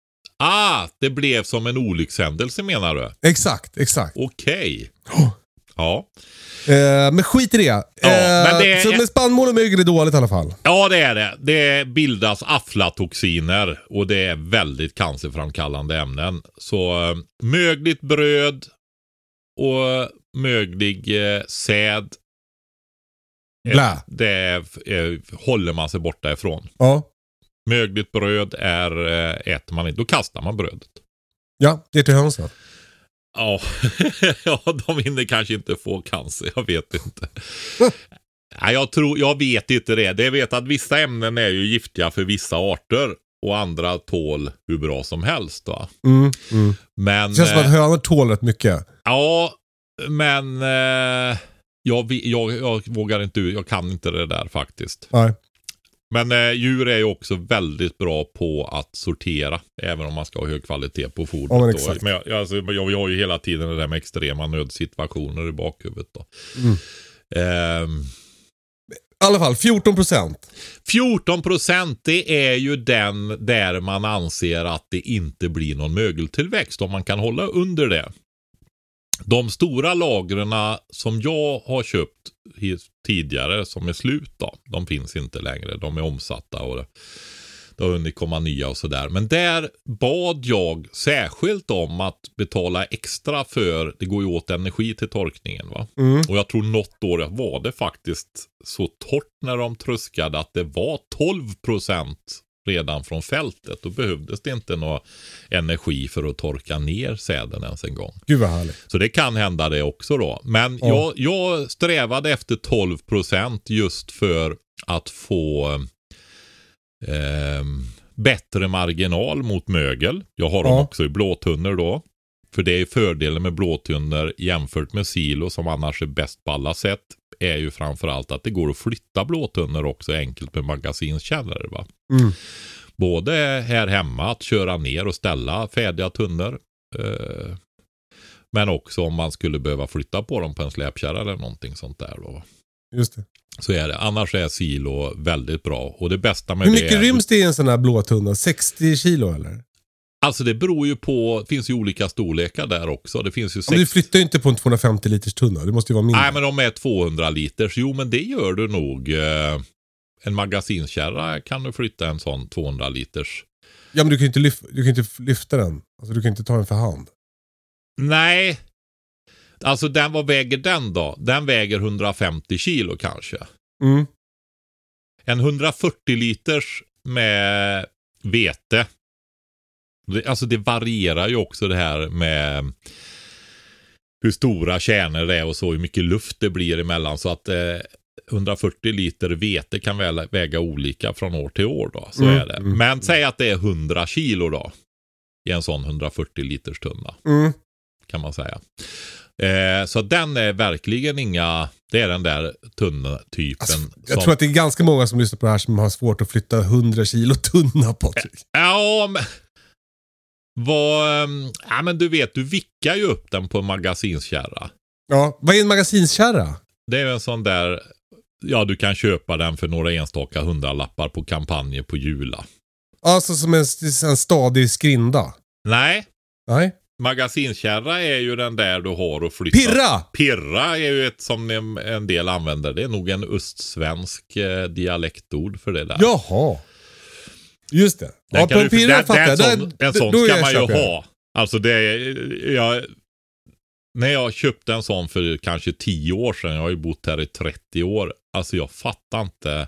Ah, det blev som en olyckshändelse, menar du? Exakt, exakt. Okej. Okay. Ja. Eh, men skit i det. Ja, eh, men det är- Så med spannmål och mögel är dåligt i alla fall. Ja, det är det. Det bildas aflatoxiner och det är väldigt cancerframkallande ämnen. Så eh, mögligt bröd och möglig eh, säd, eh, Blä. det eh, håller man sig borta ifrån. Ja. Mögligt bröd är eh, äter man inte, då kastar man brödet. Ja, det är till hönsen. Ja, ja, de hinner kanske inte få cancer, jag vet inte. Nej, jag, tror, jag vet inte det. Det vet att vissa ämnen är ju giftiga för vissa arter och andra tål hur bra som helst. Va? Mm, mm. Men, Det känns som att hönor tål rätt mycket. Ja, men eh, jag, jag, jag vågar inte, jag kan inte det där faktiskt. Nej. Men eh, djur är ju också väldigt bra på att sortera, även om man ska ha hög kvalitet på fodret. Ja, men då. exakt. Men jag, alltså, jag, jag har ju hela tiden det där med extrema nödsituationer i bakhuvudet. Då. Mm. Ehm, I alla fall, fjorton procent. fjorton procent det är ju den där man anser att det inte blir någon mögeltillväxt om man kan hålla under det. De stora lagren som jag har köpt tidigare som är slut då, de finns inte längre. De är omsatta och det, det har hunnit komma nya och sådär. Men där bad jag särskilt om att betala extra för, det går ju åt energi till torkningen va. Mm. Och jag tror något år var det faktiskt så torrt när de tröskade att det var tolv procent redan från fältet. Då behövdes det inte någon energi för att torka ner säden ens en gång. Gud vad härligt. Så det kan hända det också då. Men Ja. jag, jag strävade efter tolv procent just för att få eh, bättre marginal mot mögel. Jag har dem Ja. också i blåtunnor då. För det är fördelen med blåtunnor jämfört med silo som annars är bäst på alla sätt. Är ju framförallt att det går att flytta blåtunnor också enkelt med magasinskällare va. Mm. Både här hemma att köra ner och ställa färdiga tunnor. Eh, men också om man skulle behöva flytta på dem på en släpkärra eller någonting sånt där då. Just det. Så är det. Annars är silo väldigt bra. Och det bästa med Hur det mycket är... ryms det i en sån här blåtunna? sextio kilo eller? Alltså det beror ju på, det finns ju olika storlekar där också. Det finns ju Men du sex... flyttar ju inte på en tvåhundrafemtio liters tunna. Det måste ju vara mindre. Nej men de är tvåhundra liters. Jo men det gör du nog. Eh, en magasinskärra kan du flytta en sån tvåhundra liters. Ja men du kan ju inte, lyf- du kan inte lyfta den. Alltså du kan inte ta den för hand. Nej. Alltså den, vad väger den då? Den väger hundrafemtio kilo kanske. Mm. En hundrafyrtio liters med vete. Det, alltså det varierar ju också det här med hur stora kärnor det är och så hur mycket luft det blir emellan. Så att eh, hundrafyrtio liter vete kan väl väga olika från år till år då. Så Mm, är det. mm, Men säg att det är hundra kilo då. I en sån hundrafyrtio liters tunna. Mm. Kan man säga. Eh, så den är verkligen inga, det är den där tunna typen. Alltså, jag som, tror att det är ganska många som lyssnar på det här som har svårt att flytta hundra kilo tunna på. Ja, men vad, ja men du vet, du vickar ju upp den på en magasinskärra. Ja, vad är en magasinskärra? Det är en sån där, ja du kan köpa den för några enstaka hundralappar på kampanjer på Jula. Alltså som en, en stadig skrinda. Nej, Nej. magasinskärra är ju den där du har att flytta. Pirra! Pirra är ju ett som en del använder. Det är nog en östsvensk eh, dialektord för det där. Jaha. Just det. Den Ja, kan på en du- pirra den- fattar jag. den Där- sån- En sån då är ska jag man ju köper jag. ha. Alltså det är, jag, när jag köpte en sån för kanske tio år sedan, jag har ju bott här i trettio år, alltså jag fattar inte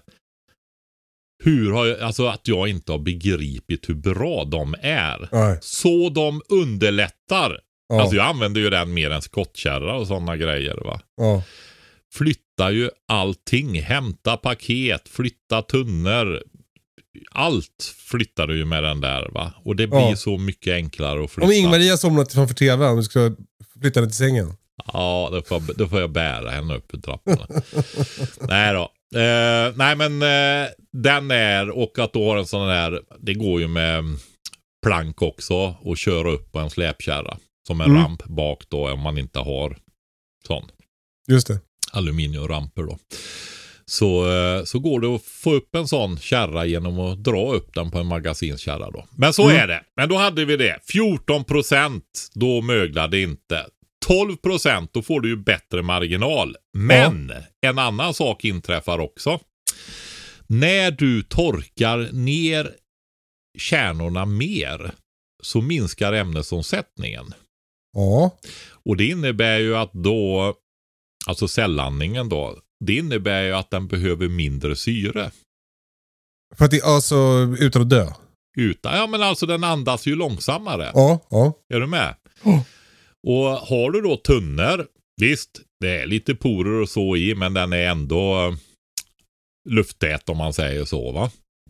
hur har jag, alltså att jag inte har begripit hur bra de är. Nej. Så de underlättar. Ja. Alltså jag använder ju den mer än skottkärra och sådana grejer va. Ja. Flytta ju allting, hämta paket, flytta tunnor. Allt flyttar du ju med den där va. Och det blir Ja. så mycket enklare att flytta. Om Ingmaria somnat framför tvn, om du ska flytta henne till sängen. Ja, då får, jag, då får jag bära henne upp i trapporna. Nej då. Eh, nej men eh, den är, och att då har en sån där, det går ju med plank också och köra upp på en släpkärra. Som en Mm. ramp bak då om man inte har sån. Just det. Aluminiumramper då. Så, eh, så går det att få upp en sån kärra genom att dra upp den på en magasinskärra då. Men så Mm. är det. Men då hade vi det. fjorton procent då möglade inte. tolv procent, då får du ju bättre marginal. Men ja. En annan sak inträffar också. När du torkar ner kärnorna mer så minskar ämnesomsättningen. Ja. Och det innebär ju att då, alltså cellandningen då, det innebär ju att den behöver mindre syre. För att det, alltså utan att dö? Utan, ja men alltså den andas ju långsammare. Ja, ja. Är du med? Oh. Och har du då tunnor, visst, det är lite porer och så i, men den är ändå lufttät om man säger så, va?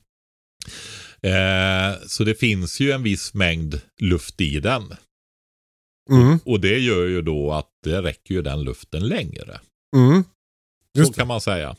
Eh, så det finns ju en viss mängd luft i den. Mm. Och det gör ju då att det räcker ju den luften längre. Mm. Just så kan man säga.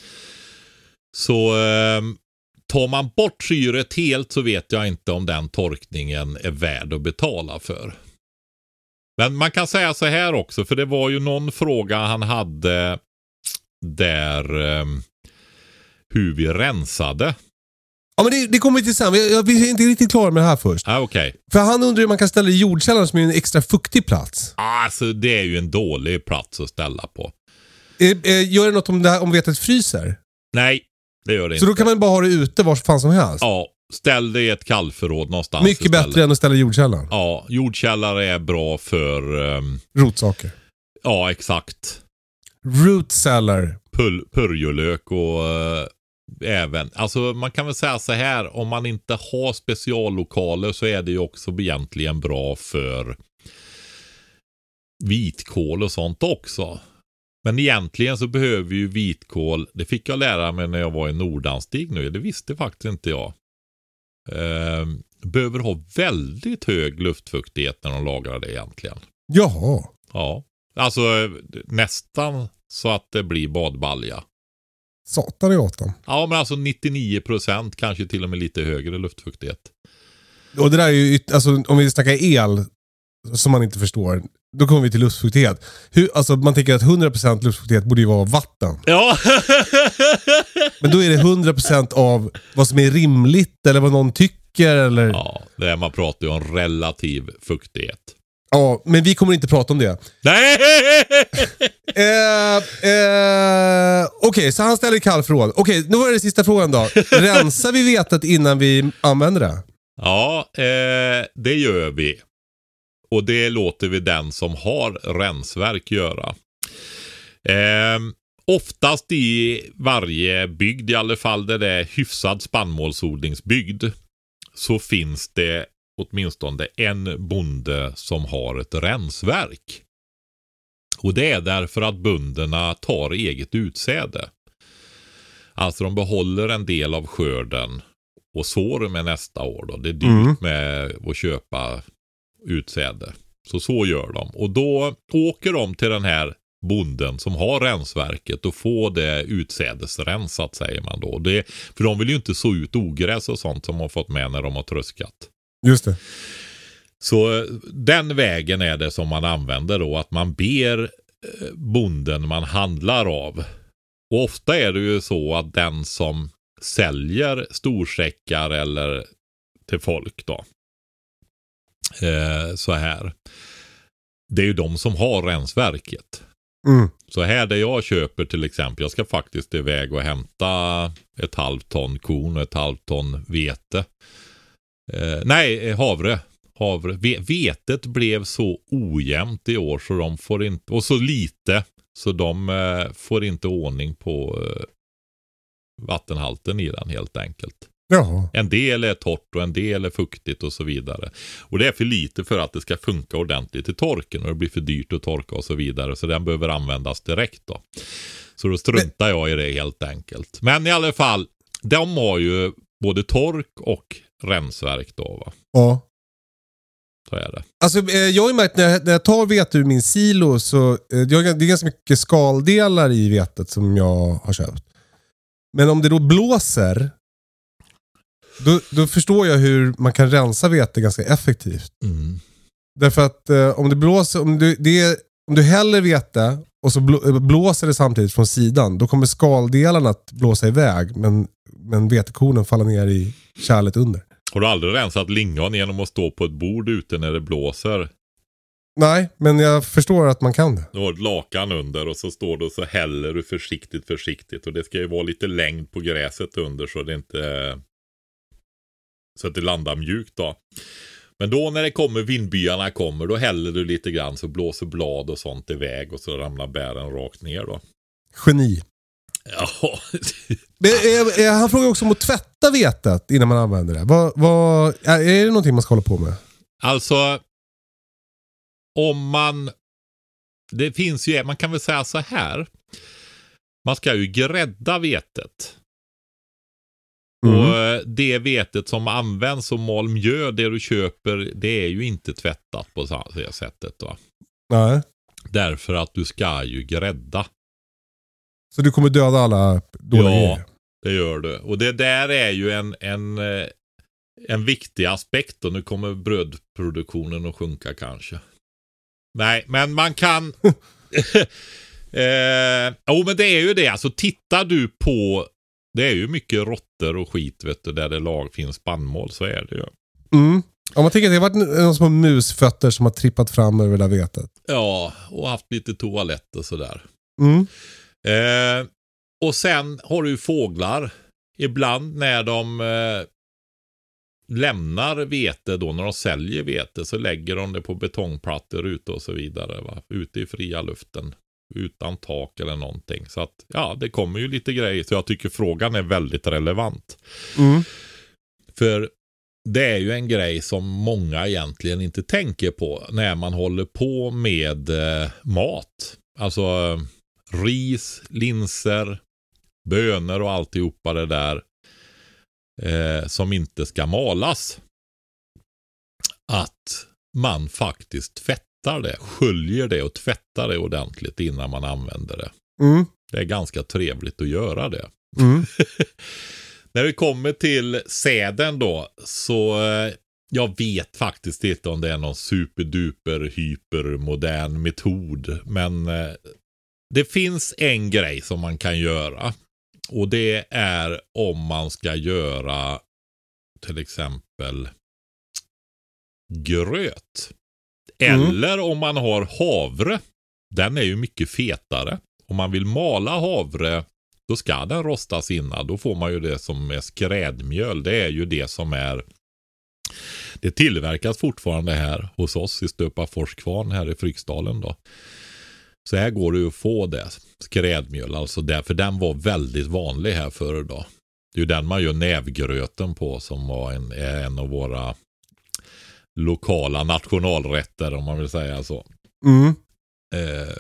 Så eh, tar man bort syret helt så vet jag inte om den torkningen är värd att betala för. Men man kan säga så här också, för det var ju någon fråga han hade där eh, hur vi rensade. Ja, men det, det kommer vi till sen. Jag, jag är inte riktigt klar med det här först. Ah, okej. Okay. För han undrar hur man kan ställa i jordkällaren som är en extra fuktig plats. Alltså det är ju en dålig plats att ställa på. Eh, eh, gör det något om, det här, om vetet fryser? Nej, det gör det Så inte. Så då kan man bara ha det ute var fan som helst? Ja, ställ det i ett kallförråd någonstans. Mycket bättre än att ställa i jordkällaren? Ja, jordkällare är bra för... Um... rotsaker? Ja, exakt. Root cellar? Pul- purjolök och... Uh... Även, alltså man kan väl säga så här, om man inte har speciallokaler så är det ju också egentligen bra för vitkål och sånt också. Men egentligen så behöver ju vitkål, det fick jag lära mig när jag var i Nordanstig nu, det visste faktiskt inte jag. Eh, behöver ha väldigt hög luftfuktighet när de lagrar det egentligen. Jaha. Ja, alltså nästan så att det blir badbalja. Satan i åtan. Ja, men alltså nittionio procent, kanske till och med lite högre luftfuktighet. Och det där är ju, alltså om vi snackar el som man inte förstår, då kommer vi till luftfuktighet. Hur, alltså man tänker att hundra procent luftfuktighet borde ju vara vatten. Ja. Men då är det hundra procent av vad som är rimligt eller vad någon tycker eller... Ja, det är, man pratar ju om relativ fuktighet. Ja, men vi kommer inte prata om det. Nej! eh, eh, Okej, okay, så han ställer kallförråd. Okej, okay, nu var det sista frågan då. Rensar vi vetet innan vi använder det? Ja, eh, det gör vi. Och det låter vi den som har rensverk göra. Eh, oftast i varje bygd, i alla fall där det är hyfsad spannmålsodlingsbygd, så finns det åtminstone en bonde som har ett rensverk. Och det är därför att bönderna tar eget utsäde. Alltså de behåller en del av skörden och sår med nästa år då. Det är dyrt mm. med att köpa utsäde. Så så gör de. Och då åker de till den här bonden som har rensverket och får det utsädesrensat, säger man då. Det, för de vill ju inte så ut ogräs och sånt som de har fått med när de har tröskat. Just det. Så den vägen är det som man använder då, att man ber bonden man handlar av. Och ofta är det ju så att den som säljer storsäckar eller till folk då, eh, så här, det är ju de som har rensverket. Mm. Så här där jag köper till exempel, jag ska faktiskt iväg och hämta ett halvt ton korn och ett halvt ton vete. Eh, nej, havre. havre. Vetet blev så ojämnt i år så de får inte, och så lite så de eh, får inte ordning på eh, vattenhalten i den helt enkelt. Jaha. En del är torrt och en del är fuktigt och så vidare. Och det är för lite för att det ska funka ordentligt i torken och det blir för dyrt att torka och så vidare. Så den behöver användas direkt då. Så då struntar jag i det helt enkelt. Men i alla fall, de har ju både tork och rensverk då, va? Ja. Så är det. Alltså jag har ju märkt när jag, när jag tar vete ur min silo så jag, det är ganska mycket skaldelar i vetet som jag har köpt. Men om det då blåser då, då förstår jag hur man kan rensa vete ganska effektivt. Mm. Därför att eh, om det blåser, om du, det är, om du häller vete och så blå, blåser det samtidigt från sidan, då kommer skaldelarna att blåsa iväg men, men vetekornen faller ner i kärlet under. Har du aldrig rensat lingon genom att stå på ett bord ute när det blåser? Nej, men jag förstår att man kan det. Du har ett lakan under och så står du och så häller du försiktigt, försiktigt. Och det ska ju vara lite längd på gräset under så det inte... Så att det landar mjukt då. Men då när det kommer, vindbyarna kommer, då häller du lite grann så blåser blad och sånt iväg och så ramlar bären rakt ner då. Geni. Ja. Men, är, är, han frågar också om att tvätta vetet innan man använder det. Vad, vad, är, är det någonting man ska hålla på med? Alltså, om man... Det finns ju, man kan väl säga så här. Man ska ju grädda vetet. Mm. Och det vetet som används som malmjöl, det du köper, det är ju inte tvättat på det sättet va? Nej. Därför att du ska ju grädda. Så du kommer döda alla dåliga Ja, grejer? det gör du. Och det där är ju en, en, en viktig aspekt och nu kommer brödproduktionen att sjunka kanske. Nej, men man kan... eh, jo, men det är ju det. Alltså tittar du på... Det är ju mycket råttor och skit vet du, där det lag finns spannmål, så är det ju. Mm. Om man tänker att det har varit någon små musfötter som har trippat fram över det där vetet. Ja, och haft lite toalett och sådär. Mm. Eh, och sen har du ju fåglar. Ibland när de eh, lämnar vete då, när de säljer vete, så lägger de det på betongplattor ute och så vidare. Va? Ute i fria luften. Utan tak eller någonting. Så att, ja, det kommer ju lite grejer. Så jag tycker frågan är väldigt relevant. Mm. För det är ju en grej som många egentligen inte tänker på när man håller på med eh, mat. Alltså eh, ris, linser, bönor och alltihopa det där eh, som inte ska malas. Att man faktiskt tvättar det, sköljer det och tvättar det ordentligt innan man använder det. Mm. Det är ganska trevligt att göra det. Mm. När vi kommer till säden då, så eh, jag vet faktiskt inte om det är någon superduper hypermodern metod, men eh, det finns en grej som man kan göra, och det är om man ska göra till exempel gröt. Eller mm. om man har havre. Den är ju mycket fetare. Om man vill mala havre, då ska den rostas innan. Då får man ju det som är skrädmjöl. Det är ju det som är... Det tillverkas fortfarande här hos oss i Stöpaforskvarn här i Fryksdalen då. Så här går det ju att få det. Skrädmjöl, alltså där. För den var väldigt vanlig här förr då. Det är ju den man gör nävgröten på, som var en, är en av våra lokala nationalrätter, om man vill säga så. Mm. Eh,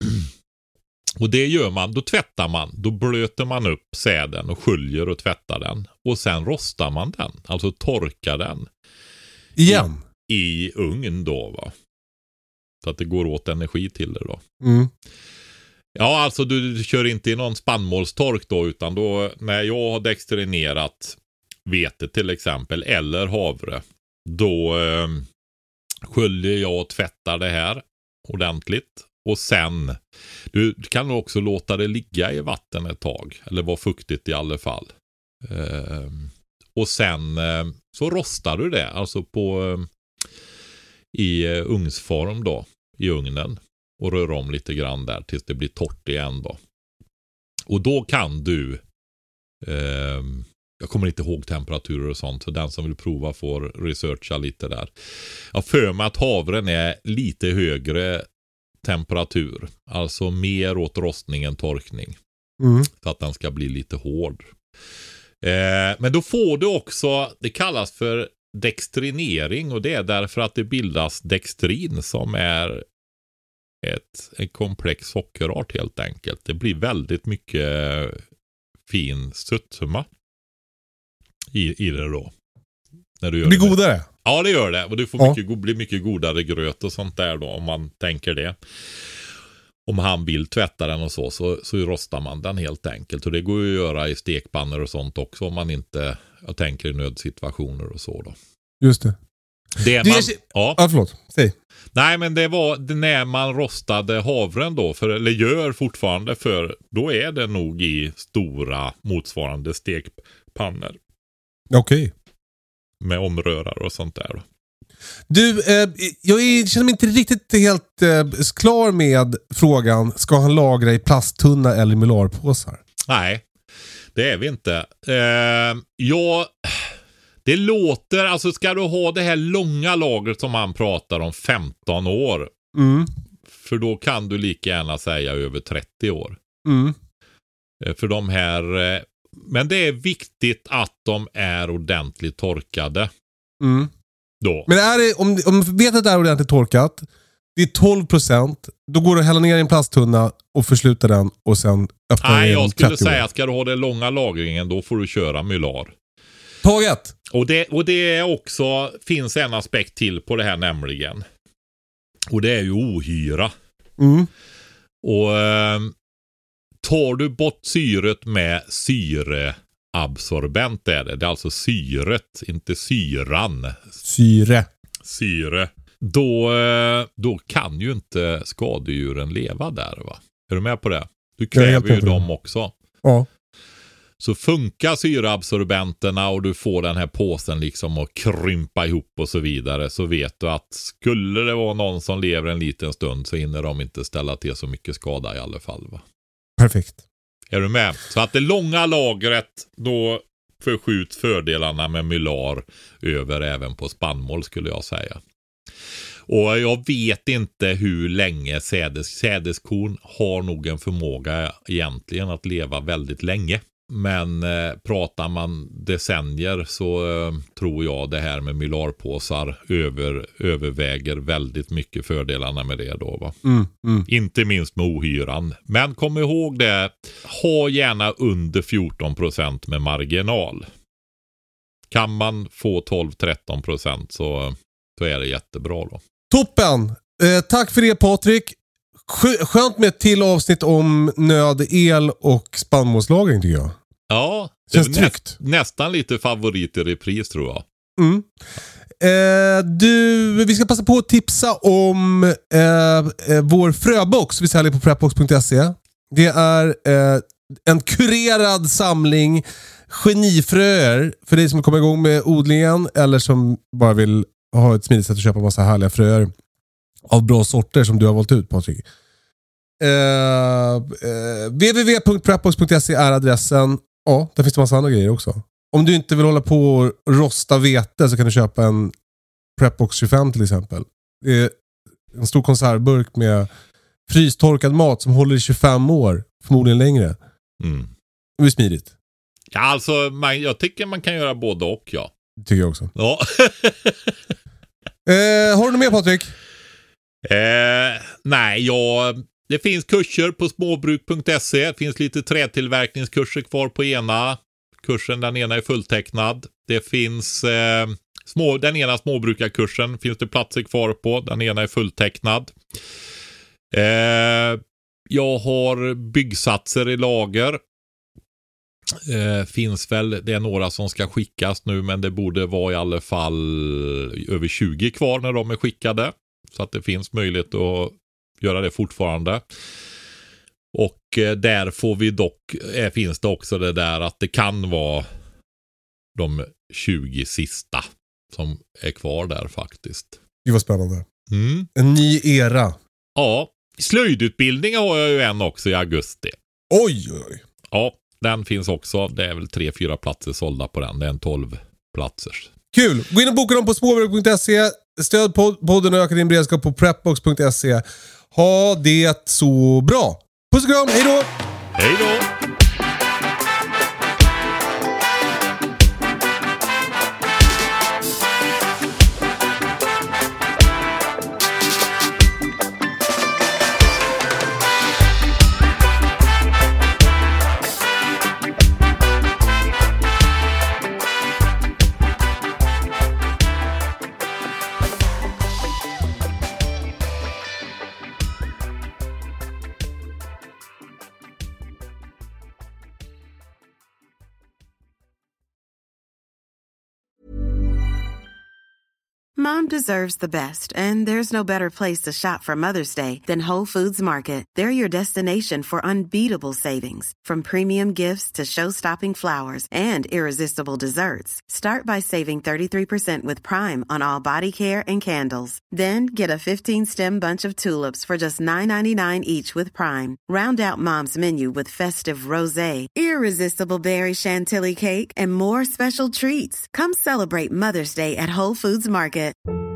och det gör man, då tvättar man, då blöter man upp säden och sköljer och tvättar den. Och sen rostar man den, alltså torkar den. Igen? I, i ugn då va. Så att det går åt energi till det då. Mm. Ja, alltså du, du kör inte i någon spannmålstork då, utan då när jag har dextrinerat vete till exempel, eller havre, då eh, sköljer jag och tvättar det här ordentligt. Och sen, du kan också låta det ligga i vatten ett tag. Eller vara fuktigt i alla fall. Eh, och sen eh, så rostar du det. Alltså på eh, i eh, ugnsform då. I ugnen. Och rör om lite grann där tills det blir torrt igen då. Och då kan du... Eh, jag kommer inte ihåg temperaturer och sånt. Så den som vill prova får researcha lite där. Jag för mig att havren är lite högre temperatur. Alltså mer åt rostning än torkning. Mm. Så att den ska bli lite hård. Eh, men då får du också, det kallas för dextrinering. Och det är därför att det bildas dextrin som är ett, en komplex sockerart helt enkelt. Det blir väldigt mycket fin sötma i, i det då. När du gör det blir det. godare? Ja, det gör det. Och du får ja. mycket, bli mycket godare gröt och sånt där då, om man tänker det. Om han vill tvätta den och så, så, så rostar man den helt enkelt. Och det går ju att göra i stekpannor och sånt också, om man inte, jag tänker i nödsituationer och så då. Just det. Det du, man, jag, ja. ja, förlåt. Säg. Nej, men det var det när man rostade havren då, för, eller gör fortfarande, för då är det nog i stora motsvarande stekpannor. Okej. Okay. Med omrörare och sånt där då. Du, eh, jag är, känner mig inte riktigt helt eh, klar med frågan. Ska han lagra i plasttunna eller mylarpåsar? Nej, det är vi inte. Eh, ja, det låter, alltså ska du ha det här långa lagret som han pratar om, femton år. Mm. För då kan du lika gärna säga över trettio år. Mm. Eh, för de här, eh, men det är viktigt att de är ordentligt torkade. Mm. Då. Men är det, om, om vetet är ordentligt torkat, det är tolv procent, då går det att hälla ner i en plasttunna och försluta den och sen öppna den. Nej, jag skulle trettio säga år. att ska du ha den långa lagringen, då får du köra mylar. Taget! Och det, och det är också, finns en aspekt till på det här nämligen. Och det är ju ohyra. Mm. Och eh, tar du bort syret med syreabsorbent är det. Det är alltså syret, inte syran. Syre. Syre. Då, eh, då kan ju inte skadedjuren leva där, va? Är du med på det? Du kräver ju dem också. Ja. Så funkar syreabsorbenterna och du får den här påsen liksom att krympa ihop och så vidare, så vet du att skulle det vara någon som lever en liten stund så hinner de inte ställa till så mycket skada i alla fall, va? Perfekt. Är du med? Så att det långa lagret, då förskjuts fördelarna med mylar över även på spannmål, skulle jag säga. Och jag vet inte hur länge sädes, sädeskorn har nog en förmåga egentligen att leva väldigt länge. Men eh, pratar man decennier så eh, tror jag det här med mylarpåsar över, överväger väldigt mycket fördelarna med det då, va? Mm, mm. Inte minst med ohyran. Men kom ihåg det, ha gärna under fjorton procent med marginal. Kan man få tolv till tretton procent så, så är det jättebra då. Toppen! Eh, tack för det, Patrik. Skönt med ett till avsnitt om nöd, el och spannmålslagring, tycker jag. Ja, det känns är tryggt. Näst, nästan lite favorit i repris, tror jag. Mm. Eh, du, vi ska passa på att tipsa om eh, eh, vår fröbox vi säljer på prepbox punkt se. Det är eh, en kurerad samling genifröer för dig som kommer igång med odlingen eller som bara vill ha ett smidigt sätt att köpa massa härliga fröer av bra sorter som du har valt ut, Patrik. Uh, uh, w w w punkt prepbox punkt se är adressen. Ja, där finns det massa andra grejer också. Om du inte vill hålla på och rosta vete så kan du köpa en Prepbox tjugofem till exempel. Det är en stor konservburk med frystorkad mat som håller i tjugofem år, förmodligen längre. Mm. Det är smidigt. Ja, alltså man, jag tycker man kan göra både och, ja. Det tycker jag också. Ja. uh, har du något mer, Patrik? Eh, nej, ja, det finns kurser på småbruk punkt se. Det finns lite trätillverkningskurser kvar på ena kursen. Den ena är fulltecknad. Det finns eh, små, den ena småbrukarkursen finns det platser kvar på. Den ena är fulltecknad. Eh, jag har byggsatser i lager. Eh, finns väl, det är några som ska skickas nu, men det borde vara i alla fall över tjugo kvar när de är skickade. Så att det finns möjlighet att göra det fortfarande. Och eh, där får vi dock, eh, finns det också det där att det kan vara de tjugo sista som är kvar där faktiskt. Det var spännande. Mm. En ny era. Ja, slöjdutbildning har jag ju en också i augusti. Oj, oj. Ja, den finns också. Det är väl tre, fyra platser sålda på den. Det är en tolv platsers. Kul! Gå in och boka dem på småbruk punkt se. Stöd podden och öka din beredskap på prepbox punkt se. Ha det så bra! Puss och kram, hej då! Hej då! Mom deserves the best, and there's no better place to shop for Mother's Day than Whole Foods Market. They're your destination for unbeatable savings, from premium gifts to show-stopping flowers and irresistible desserts. Start by saving thirty-three percent with Prime on all body care and candles. Then get a fifteen-stem bunch of tulips for just nine ninety-nine each with Prime. Round out Mom's menu with festive rosé, irresistible berry chantilly cake, and more special treats. Come celebrate Mother's Day at Whole Foods Market.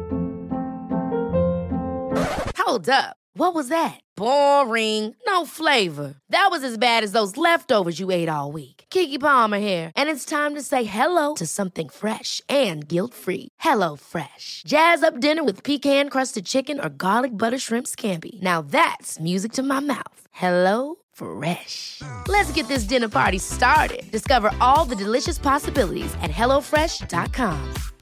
Hold up. What was that? Boring. No flavor. That was as bad as those leftovers you ate all week. Keke Palmer here, and it's time to say hello to something fresh and guilt-free. Hello Fresh. Jazz up dinner with pecan-crusted chicken or garlic butter shrimp scampi. Now that's music to my mouth. Hello Fresh. Let's get this dinner party started. Discover all the delicious possibilities at hello fresh dot com.